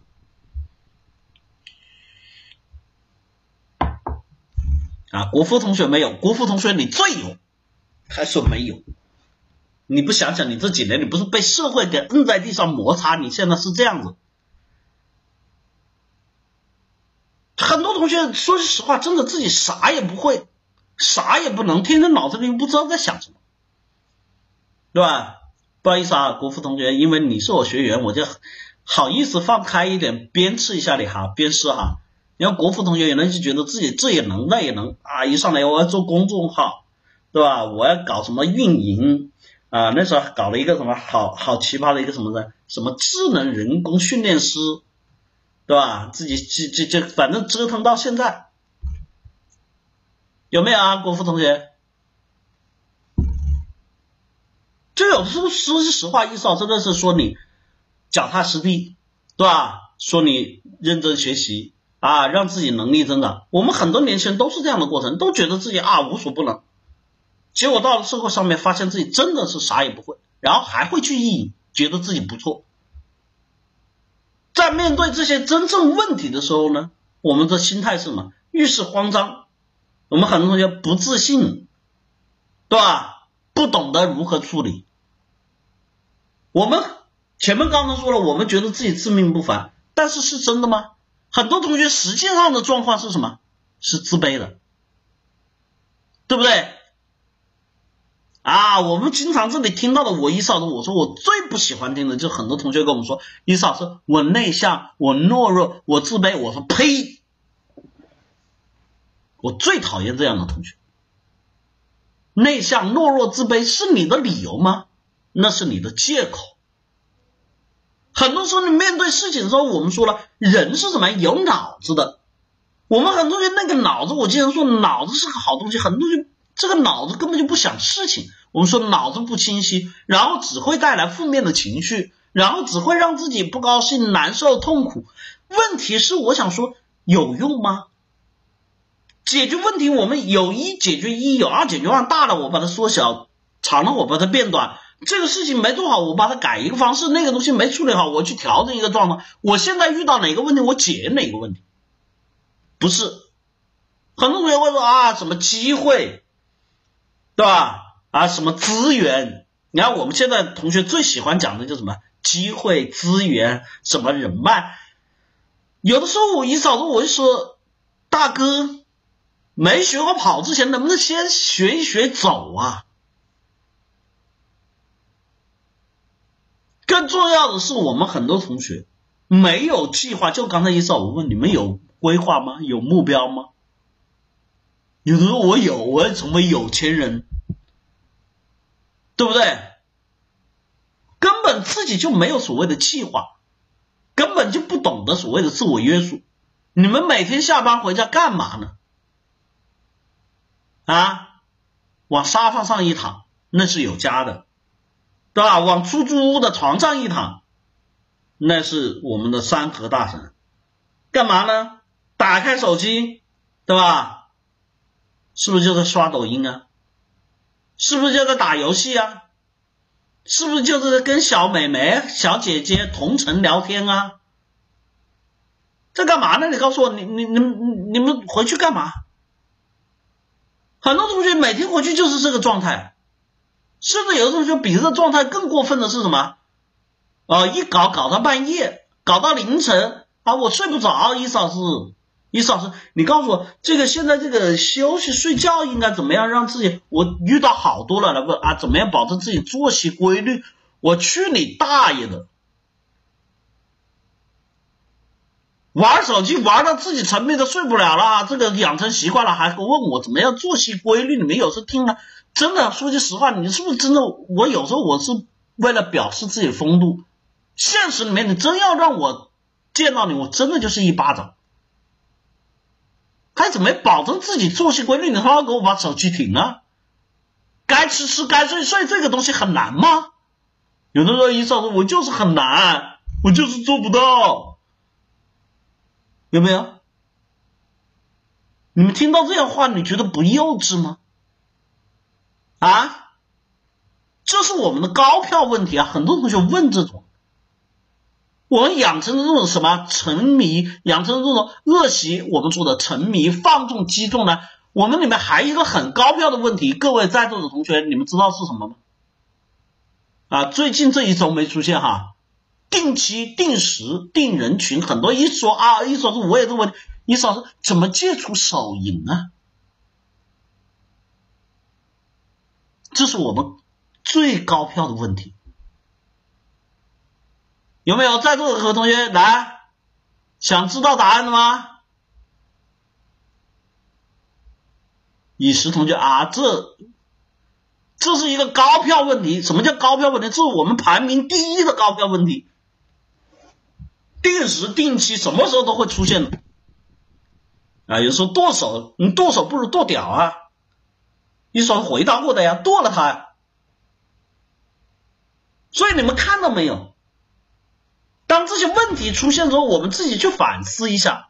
啊，国富同学没有，国富同学你最有，还说没有？你不想想你这几年你不是被社会给摁在地上摩擦，你现在是这样子。很多同学说实话真的自己啥也不会，啥也不能，天天脑子里不知道在想什么，对吧？不好意思啊，国富同学，因为你是我学员，我就好意思放开一点鞭笞一下你哈，鞭尸哈。你看国富同学有人就觉得自己这也能那也能啊，一上来我要做公众号，对吧？我要搞什么运营啊，那时候搞了一个什么好好奇葩的一个什么的，什么智能人工训练师，对吧？自己这这这反正折腾到现在，有没有啊，国富同学？就有时候说句实话，意思真的是说你脚踏实地，对吧？说你认真学习啊，让自己能力增长。我们很多年轻人都是这样的过程，都觉得自己啊无所不能，结果到了社会上面，发现自己真的是啥也不会，然后还会去意淫，觉得自己不错。在面对这些真正问题的时候呢，我们的心态是什么？遇事慌张，我们很多同学不自信，对吧？不懂得如何处理。我们前面刚刚说了，我们觉得自己自命不凡，但是是真的吗？很多同学实际上的状况是什么？是自卑的，对不对？啊，我们经常这里听到的我一嫂子，我说我最不喜欢听的就是很多同学跟我们说，一嫂子我内向，我懦弱，我自卑。我说呸，我最讨厌这样的同学。内向、懦弱、自卑是你的理由吗？那是你的借口。很多时候你面对事情的时候，我们说了，人是什么？有脑子的。我们很多人那个脑子，我经常说脑子是个好东西，很多人这个脑子根本就不想事情。我们说脑子不清晰，然后只会带来负面的情绪，然后只会让自己不高兴、难受、痛苦。问题是我想说，有用吗？解决问题我们有一解决一，有二解决二，大了我把它缩小，长了我把它变短，这个事情没做好我把它改一个方式，那个东西没处理好我去调整一个状况，我现在遇到哪个问题我解哪个问题。不是，很多同学会说啊什么机会，对吧？啊什么资源，你看我们现在同学最喜欢讲的就是什么机会、资源、什么人脉。有的时候我一嫂子我就说，大哥没学过跑之前能不能先学一学走啊？ 更重要的是，我们很多同学没有计划，就刚才一少我问你们有规划吗？有目标吗？有的时候我有，我要成为有钱人，对不对？根本自己就没有所谓的计划，根本就不懂得所谓的自我约束。你们每天下班回家干嘛呢？啊，往沙发上一躺，那是有家的，对吧？往出租屋的床上一躺，那是我们的山河大神。干嘛呢？打开手机，对吧？是不是就在刷抖音啊？是不是就在打游戏啊？是不是就是跟小美眉、小姐姐同城聊天啊？在干嘛呢？你告诉我，你你你你们回去干嘛？很多同学每天回去就是这个状态，甚至有的同学比这个状态更过分的是什么？啊、呃，一搞搞到半夜，搞到凌晨啊，我睡不着。伊老师，伊老师，你告诉我，这个现在这个休息睡觉应该怎么样让自己？我遇到好多了，来问啊，怎么样保证自己作息规律？我去你大爷的！玩手机玩到自己沉迷的睡不了了，这个养成习惯了，还问我怎么样作息规律？你们有时候听了，真的说句实话，你是不是真的？我有时候我是为了表示自己的风度，现实里面你真要让我见到你，我真的就是一巴掌。还怎么保证自己作息规律？你他妈给我把手机停了，该吃吃该睡睡，这个东西很难吗？有的时候一说我就是很难，我就是做不到。有没有？你们听到这样话，你觉得不幼稚吗？啊，这是我们的高票问题啊！很多同学问这种，我们养成的这种什么沉迷，养成的这种恶习，我们说的沉迷、放纵、激动呢？我们里面还有一个很高票的问题，各位在座的同学，你们知道是什么吗？啊，最近这一周没出现哈。定期、定时、定人群，很多一说啊，一说是我也这么问，一说是怎么戒除手瘾呢？这是我们最高票的问题，有没有在座的同学来想知道答案的吗？以实同学啊，这这是一个高票问题。什么叫高票问题？这是我们排名第一的高票问题。定时定期什么时候都会出现的啊！有时候剁手，你剁手不如剁屌啊！一说回答过的呀，剁了他呀。所以你们看到没有？当这些问题出现之后，我们自己去反思一下。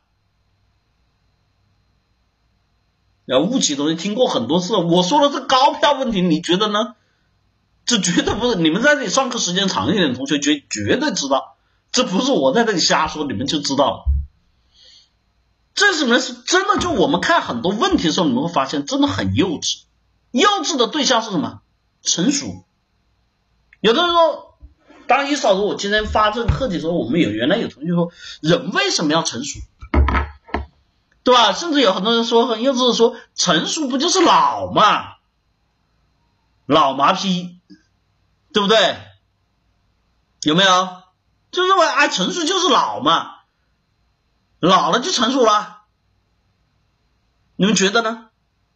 然后吴奇同学听过很多次，我说的是高票问题，你觉得呢？这绝对不是你们在这里上课时间长一点的同学绝绝对知道。这不是我在这里瞎说，你们就知道了。这是呢是真的，就我们看很多问题的时候，你们会发现真的很幼稚。幼稚的对象是什么？成熟。有的人说，当一嫂子我今天发这个课题的时候，我们有原来有同学说，人为什么要成熟？对吧？甚至有很多人说很幼稚的说，成熟不就是老嘛？老麻批，对不对？有没有？就认为啊，成熟就是老嘛，老了就成熟了。你们觉得呢？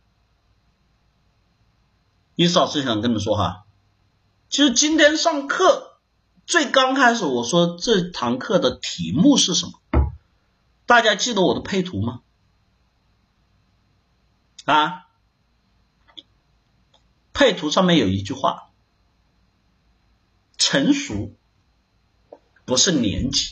伊斯老师想跟你们说哈，其实今天上课最刚开始我说这堂课的题目是什么？大家记得我的配图吗？啊，配图上面有一句话，成熟不是年纪，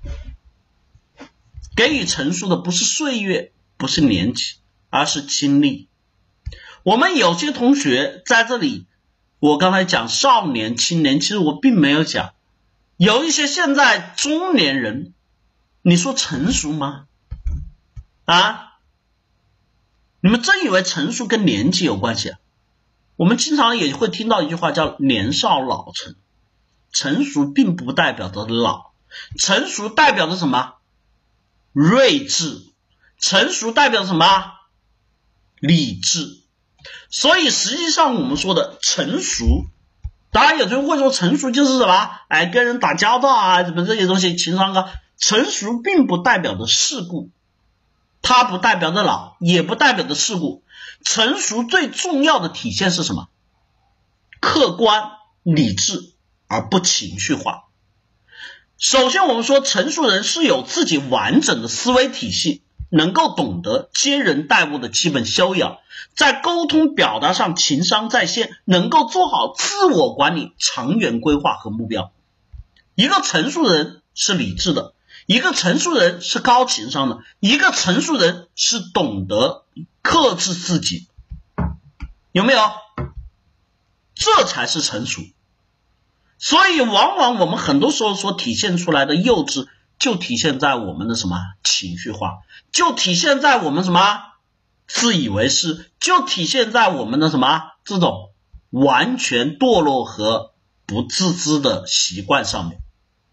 给予成熟的不是岁月，不是年纪，而是经历。我们有些同学在这里，我刚才讲少年青年，其实我并没有讲，有一些现在中年人，你说成熟吗？啊，你们真以为成熟跟年纪有关系啊？我们经常也会听到一句话叫年少老成，成熟并不代表着老，成熟代表着什么？睿智。成熟代表什么？理智。所以实际上我们说的成熟当然有人会说成熟就是什么，哎，跟人打交道啊，什么这些东西情商高。成熟并不代表着世故，它不代表着老，也不代表着世故。成熟最重要的体现是什么？客观理智而不情绪化。首先我们说成熟人是有自己完整的思维体系，能够懂得接人待物的基本修养，在沟通表达上情商在线，能够做好自我管理、长远规划和目标。一个成熟人是理智的，一个成熟人是高情商的，一个成熟人是懂得克制自己，有没有？这才是成熟。所以往往我们很多时候所体现出来的幼稚，就体现在我们的什么情绪化，就体现在我们什么自以为是，就体现在我们的什么这种完全堕落和不自知的习惯上面。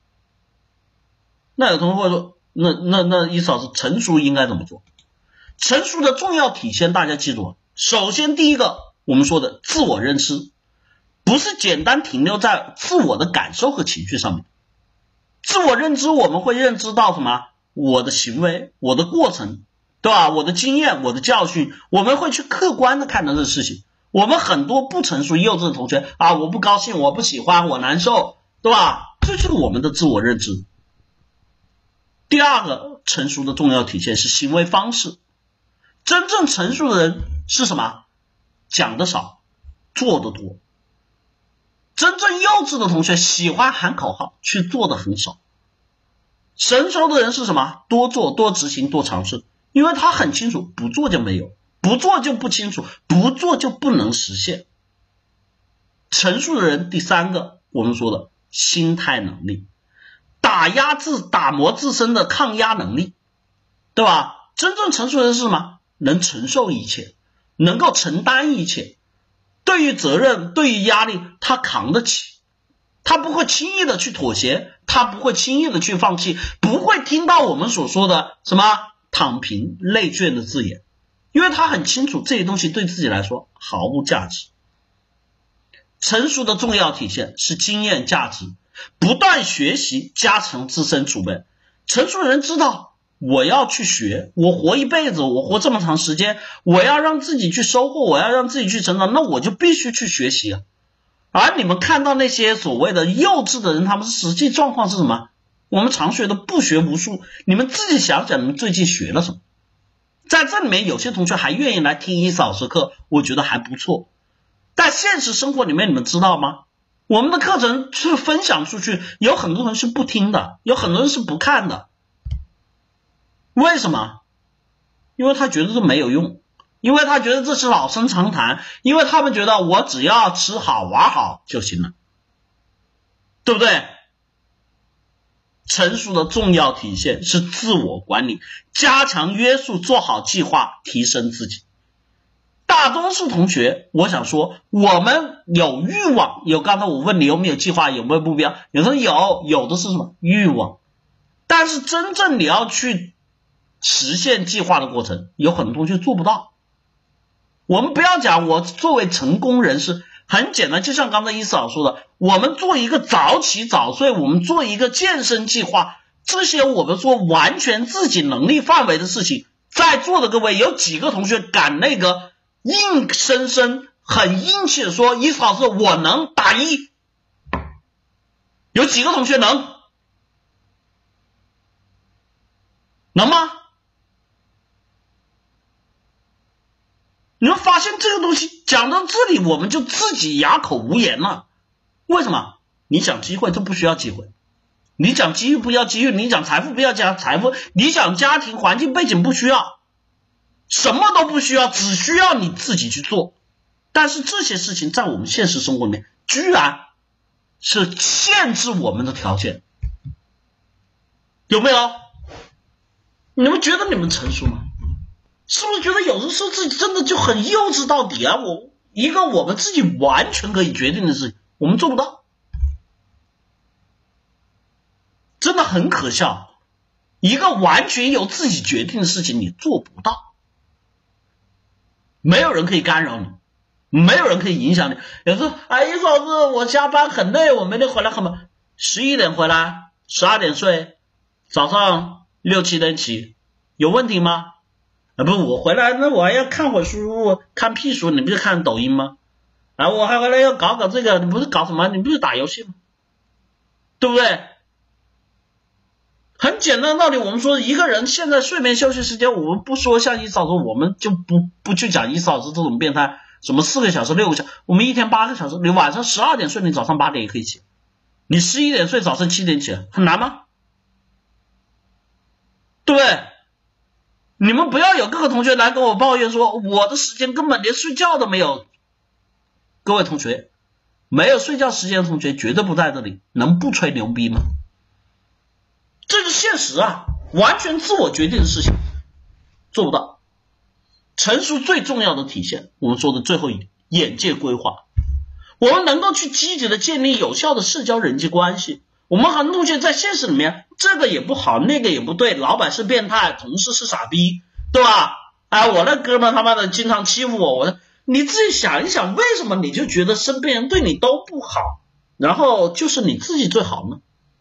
那有同学会说，那那那意思是成熟应该怎么做？成熟的重要体现大家记住，首先第一个我们说的自我认知，不是简单停留在自我的感受和情绪上面。自我认知我们会认知到什么？我的行为，我的过程，对吧？我的经验，我的教训，我们会去客观的看待这事情。我们很多不成熟幼稚的同学啊，我不高兴，我不喜欢，我难受，对吧？这就是我们的自我认知。第二个成熟的重要体现是行为方式。真正成熟的人是什么？讲的少，做的多。真正幼稚的同学喜欢喊口号，去做的很少。成熟的人是什么？多做，多执行，多尝试。因为他很清楚，不做就没有，不做就不清楚，不做就不能实现。成熟的人第三个我们说的心态能力，打压自打磨自身的抗压能力，对吧？真正成熟的人是什么？能承受一切，能够承担一切，对于责任，对于压力，他扛得起，他不会轻易的去妥协，他不会轻易的去放弃，不会听到我们所说的什么躺平、内卷的字眼，因为他很清楚这些东西对自己来说毫无价值。成熟的重要体现是经验价值，不断学习，加强自身储备。成熟人知道我要去学，我活一辈子，我活这么长时间，我要让自己去收获，我要让自己去成长，那我就必须去学习啊。而你们看到那些所谓的幼稚的人，他们实际状况是什么？我们常学的不学无术，你们自己想想你们最近学了什么。在这里面有些同学还愿意来听伊斯老师课，我觉得还不错。但现实生活里面你们知道吗？我们的课程是分享出去，有很多人是不听的，有很多人是不看的。为什么？因为他觉得这没有用，因为他觉得这是老生常谈，因为他们觉得我只要吃好玩好就行了，对不对？成熟的重要体现是自我管理，加强约束，做好计划，提升自己。大多数同学，我想说，我们有欲望，有刚才我问你有没有计划，有没有目标，有的有，有的是什么欲望，但是真正你要去实现计划的过程，有很多同学做不到。我们不要讲我作为成功人士，很简单，就像刚才伊斯老说的，我们做一个早起早睡，我们做一个健身计划，这些我们说完全自己能力范围的事情，在座的各位有几个同学敢那个硬生生很硬气的说伊斯老师我能打一？有几个同学能？能吗？你们发现这个东西讲到这里，我们就自己哑口无言了。为什么？你讲机会，这不需要机会；你讲机遇，不要机遇；你讲财富，不要讲财富；你讲家庭环境背景，不需要，什么都不需要，只需要你自己去做。但是这些事情在我们现实生活里面，居然是限制我们的条件，有没有？你们觉得你们成熟吗？是不是觉得有的时候自己真的就很幼稚到底啊？我一个我们自己完全可以决定的事情，我们做不到，真的很可笑。一个完全由自己决定的事情，你做不到，没有人可以干扰你， 没有人可以影响你。有时候，哎，一嫂子，我加班很累，我没得回来很忙，十一点回来，十二点睡，早上六七点起，有问题吗？啊，不，我回来那我还要看会书，看屁书，你不是看抖音吗？啊，我还回来要搞搞这个，你不是搞什么？你不是打游戏吗？对不对？很简单的道理，我们说一个人现在睡眠休息时间，我们不说像一嫂子，我们就不不去讲一嫂子这种变态，什么四个小时、六个小时，我们一天八个小时，你晚上十二点睡，你早上八点也可以起，你十一点睡，早上七点起，很难吗？对不对？你们不要有各个同学来跟我抱怨说我的时间根本连睡觉都没有。各位同学，没有睡觉时间的同学绝对不在这里，能不吹牛逼吗？这是现实啊，完全自我决定的事情，做不到。成熟最重要的体现，我们说的最后一点，眼界规划。我们能够去积极的建立有效的社交人际关系。我们很多同学在现实里面，这个也不好，那个也不对，老板是变态，同事是傻逼，对吧？哎，我那哥们他妈的经常欺负我，我你自己想一想，为什么你就觉得身边人对你都不好，然后就是你自己最好呢？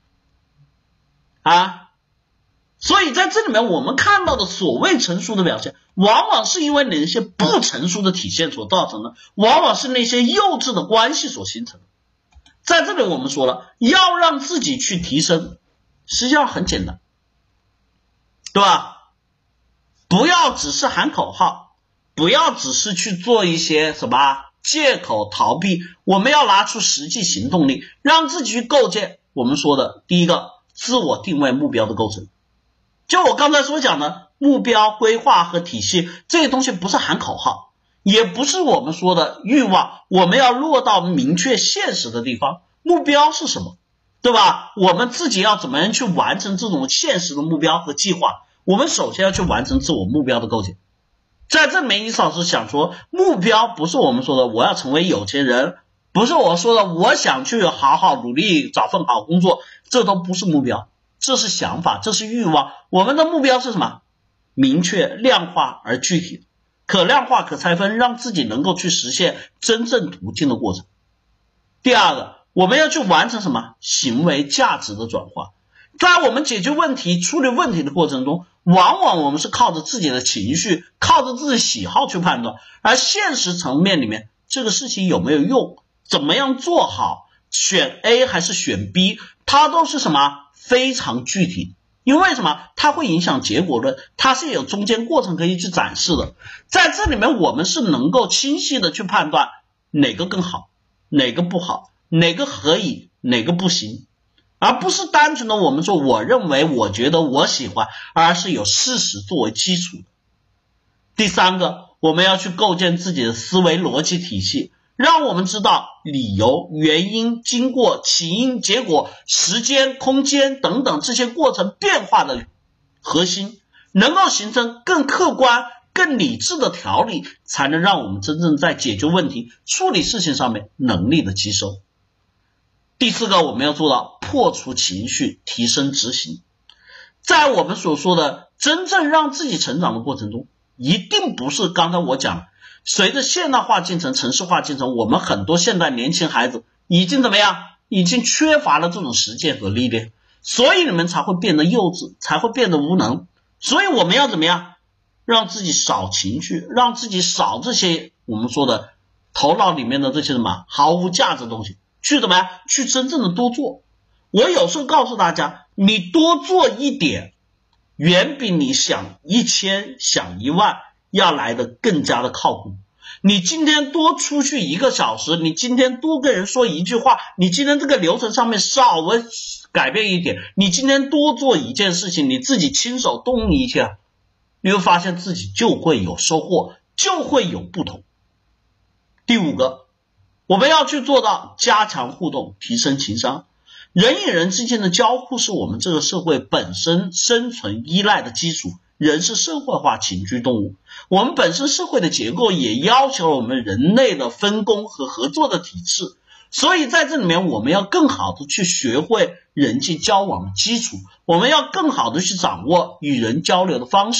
啊，所以在这里面我们看到的所谓成熟的表现，往往是因为那些不成熟的体现所造成的，往往是那些幼稚的关系所形成的。在这里我们说了，要让自己去提升，实际上很简单，对吧？不要只是喊口号，不要只是去做一些什么借口逃避，我们要拿出实际行动力，让自己去构建我们说的第一个自我定位目标的构成。就我刚才所讲的目标规划和体系，这些东西不是喊口号，也不是我们说的欲望，我们要落到明确现实的地方。目标是什么，对吧？我们自己要怎么样去完成这种现实的目标和计划？我们首先要去完成自我目标的构建。在这里面，伊老师想说，目标不是我们说的我要成为有钱人，不是我说的我想去好好努力找份好工作，这都不是目标，这是想法，这是欲望。我们的目标是什么？明确、量化而具体，可量化、可拆分，让自己能够去实现真正途径的过程。第二个，我们要去完成什么？行为价值的转化。在我们解决问题、处理问题的过程中，往往我们是靠着自己的情绪，靠着自己喜好去判断，而现实层面里面，这个事情有没有用，怎么样做好，选 A 还是选 B， 它都是什么？非常具体。因为什么？它会影响结果论，它是有中间过程可以去展示的。在这里面，我们是能够清晰的去判断哪个更好，哪个不好，哪个可以，哪个不行，而不是单纯的我们说我认为、我觉得、我喜欢，而是有事实作为基础的。第三个，我们要去构建自己的思维逻辑体系，让我们知道理由、原因、经过、起因、结果、时间、空间等等这些过程变化的核心，能够形成更客观、更理智的条理，才能让我们真正在解决问题、处理事情上面能力的吸收。第四个，我们要做到破除情绪，提升执行。在我们所说的真正让自己成长的过程中，一定不是刚才我讲的，随着现代化进程、城市化进程，我们很多现代年轻孩子已经怎么样？已经缺乏了这种实践和历练，所以你们才会变得幼稚，才会变得无能。所以我们要怎么样？让自己少情绪，让自己少这些我们说的头脑里面的这些什么毫无价值的东西，去怎么样？去真正的多做。我有时候告诉大家，你多做一点，远比你想一千、想一万要来的更加的靠谱。你今天多出去一个小时，你今天多跟人说一句话，你今天这个流程上面稍微改变一点，你今天多做一件事情，你自己亲手动一下，你会发现自己就会有收获，就会有不同。第五个，我们要去做到加强互动，提升情商。人与人之间的交互是我们这个社会本身生存依赖的基础，人是社会化群居动物，我们本身社会的结构也要求我们人类的分工和合作的体制，所以在这里面我们要更好的去学会人际交往的基础，我们要更好的去掌握与人交流的方式，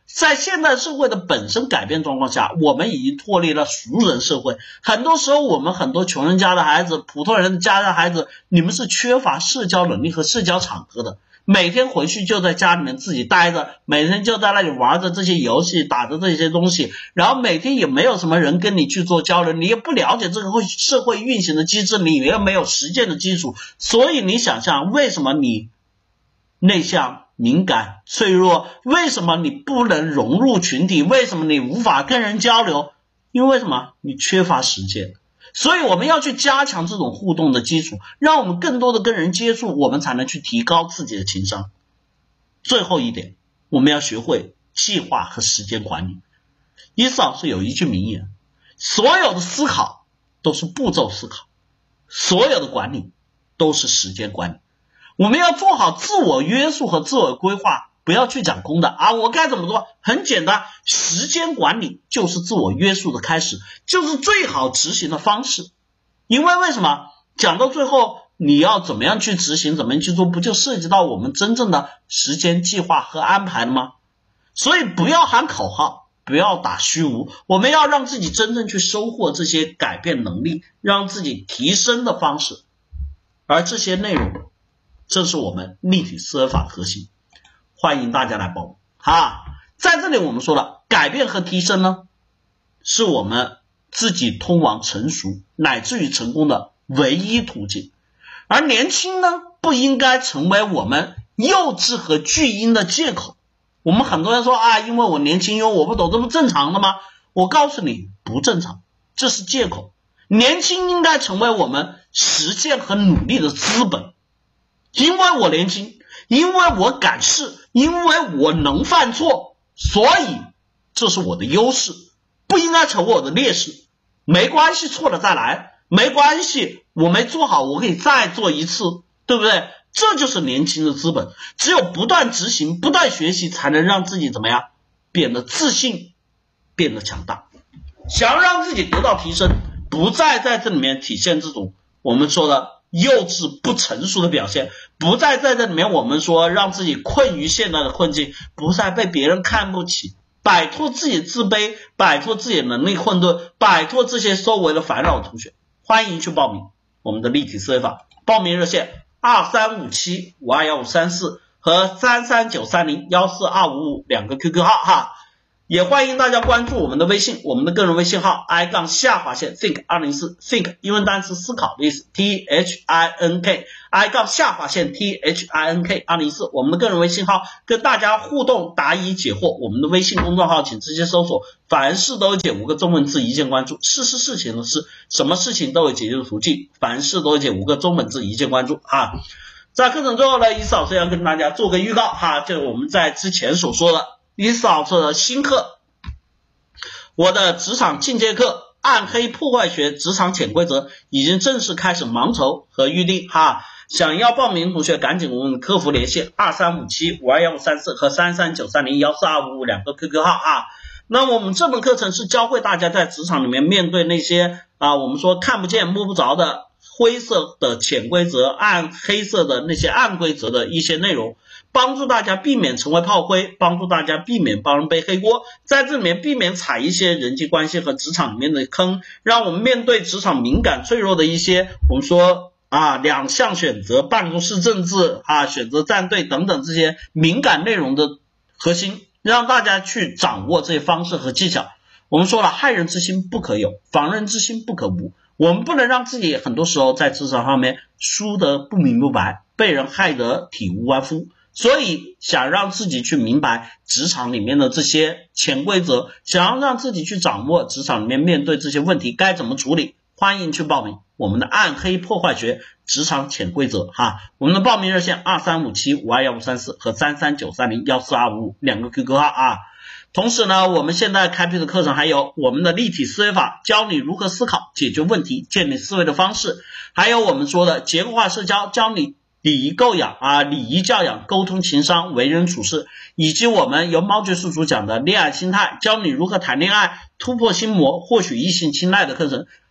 在现代社会的本身改变状况下，我们已经脱离了熟人社会。很多时候我们很多穷人家的孩子，普通人家的孩子，你们是缺乏社交能力和社交场合的，每天回去就在家里面自己待着，每天就在那里玩着这些游戏，打着这些东西，然后每天也没有什么人跟你去做交流，你也不了解这个会社会运行的机制，你也没有实践的基础，所以你想象为什么你内向、敏感、脆弱，为什么你不能融入群体，为什么你无法跟人交流？因为什么？你缺乏实践。所以我们要去加强这种互动的基础，让我们更多的跟人接触，我们才能去提高自己的情商。最后一点，我们要学会计划和时间管理。伊斯老师有一句名言，所有的思考都是步骤思考，所有的管理都是时间管理。我们要做好自我约束和自我规划，不要去讲空的啊！我该怎么做？很简单，时间管理就是自我约束的开始，就是最好执行的方式。因为为什么？讲到最后，你要怎么样去执行，怎么样去做，不就涉及到我们真正的时间计划和安排了吗？所以不要喊口号，不要打虚无，我们要让自己真正去收获这些改变能力，让自己提升的方式。而这些内容这是我们立体思维法的核心，欢迎大家来报名哈。在这里我们说了，改变和提升呢，是我们自己通往成熟乃至于成功的唯一途径。而年轻呢，不应该成为我们幼稚和巨婴的借口。我们很多人说啊，因为我年轻，因为我不懂，这不正常的吗？我告诉你，不正常，这是借口。年轻应该成为我们实践和努力的资本。因为我年轻，因为我敢试，因为我能犯错，所以这是我的优势，不应该成为我的劣势。没关系，错了再来，没关系，我没做好，我可以再做一次，对不对？这就是年轻的资本。只有不断执行，不断学习，才能让自己怎么样变得自信，变得强大。想要让自己得到提升，不再在这里面体现这种我们说的幼稚不成熟的表现，不再在这里面我们说让自己困于现在的困境，不再被别人看不起，摆脱自己自卑，摆脱自己能力混沌，摆脱这些周围的烦扰的同学，欢迎去报名我们的立体思维法。报名热线二三五七五二一五三四和三三九三零一四二五五两个 Q Q 号哈。也欢迎大家关注我们的微信，我们的个人微信号 i 杠下划线 think 二零四 think 英文单词思考的意思 T H I N K i 杠下划线 T H I N K 二零四，我们的个人微信号跟大家互动答疑解惑。我们的微信公众号请直接搜索凡事都有解五个中文字一键关注，事是事情的事，什么事情都有解决的途径，凡事都有解五个中文字一键关注啊。在课程最后呢，伊斯老师要跟大家做个预告哈，就是我们在之前所说的伊斯老师的新课，我的职场进阶课暗黑破坏学职场潜规则已经正式开始盲筹和预定哈，想要报名的同学赶紧我们客服联系二三五七五二一五三四和三三九三零一四二五五两个 Q Q 号啊。那么我们这门课程是教会大家在职场里面面对那些啊我们说看不见摸不着的灰色的潜规则，暗黑色的那些暗规则的一些内容，帮助大家避免成为炮灰，帮助大家避免帮人背黑锅，在这里面避免踩一些人际关系和职场里面的坑，让我们面对职场敏感脆弱的一些我们说啊两项选择、办公室政治啊、选择站队等等这些敏感内容的核心，让大家去掌握这些方式和技巧。我们说了，害人之心不可有，防人之心不可无。我们不能让自己很多时候在职场上面输得不明不白，被人害得体无完肤。所以想让自己去明白职场里面的这些潜规则，想要让自己去掌握职场里面面对这些问题该怎么处理，欢迎去报名我们的暗黑破坏学职场潜规则哈。我们的报名热线二三五七五二一五三四和三三九三零一四二五五两个 Q Q 号啊。同时呢，我们现在开辟的课程还有我们的立体思维法，教你如何思考、解决问题、建立思维的方式，还有我们说的结构化社交，教你礼仪构养啊、礼仪教养、沟通情商、为人处事，以及我们由猫爵宿主讲的恋爱心态，教你如何谈恋爱、突破心魔、获取异性青睐的课程。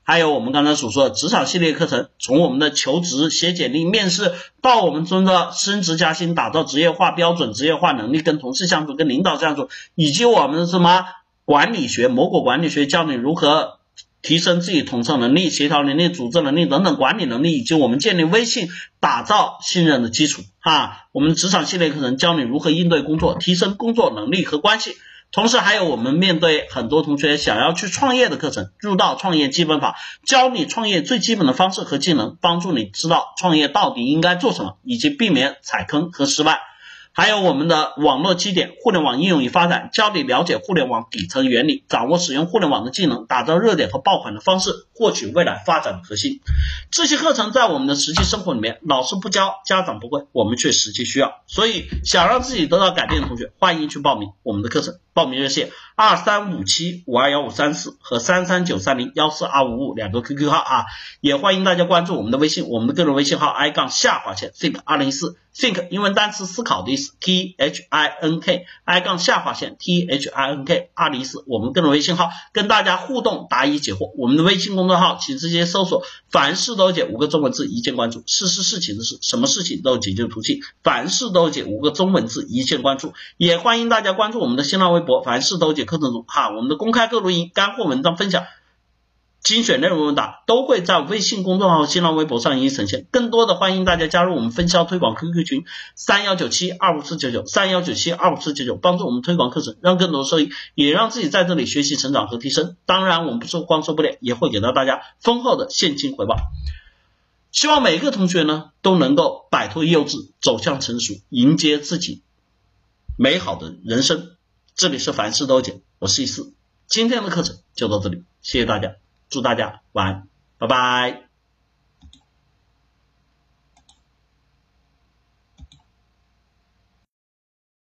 还有我们刚才所说的职场系列课程，从我们的求职、写简历、面试，到我们中的升职加薪、打造职业化标准、职业化能力、跟同事相处、跟领导相处，以及我们的什么管理学、魔果管理学，教你如何提升自己统筹能力、协调能力、组织能力等等管理能力，以及我们建立微信打造信任的基础啊。我们职场系列课程教你如何应对工作，提升工作能力和关系。同时还有我们面对很多同学想要去创业的课程，入道创业基本法，教你创业最基本的方式和技能，帮助你知道创业到底应该做什么，以及避免踩坑和失败。还有我们的网络基点，互联网应用与发展，教你了解互联网底层原理，掌握使用互联网的技能，打造热点和爆款的方式，获取未来发展的核心。这些课程在我们的实际生活里面，老师不教，家长不会，我们却实际需要。所以想让自己得到改变的同学，欢迎去报名我们的课程。报名热线二三五七五二一五三四和三三九三零一四二五五两个 Q Q 号啊，也欢迎大家关注我们的微信，我们的个人微信号 i 杠下划线 think 二零一四 think 英文单词思考的意思 T H I N K i 杠下划线 T H I N K 二零一四，我们个人微信号跟大家互动答疑解惑。我们的微信公众号请直接搜索凡事都解五个中文字一键关注，事事事情的事，什么事情都有解决途径，凡事都解五个中文字一键关注。也欢迎大家关注我们的新浪微博凡事都解课程组哈，我们的公开课录音、干货文章分享、精选内容问答都会在微信公众号和新浪微博上一一呈现。更多的欢迎大家加入我们分销推广 Q Q 群三一九七二五四九九 三一九七二五四九九，帮助我们推广课程，让更多的受益，也让自己在这里学习成长和提升。当然我们不是光说不练，也会给到大家丰厚的现金回报。希望每一个同学呢都能够摆脱幼稚，走向成熟，迎接自己美好的人生。这里是凡事都解，我是一思，今天的课程就到这里，谢谢大家，祝大家晚安，拜拜。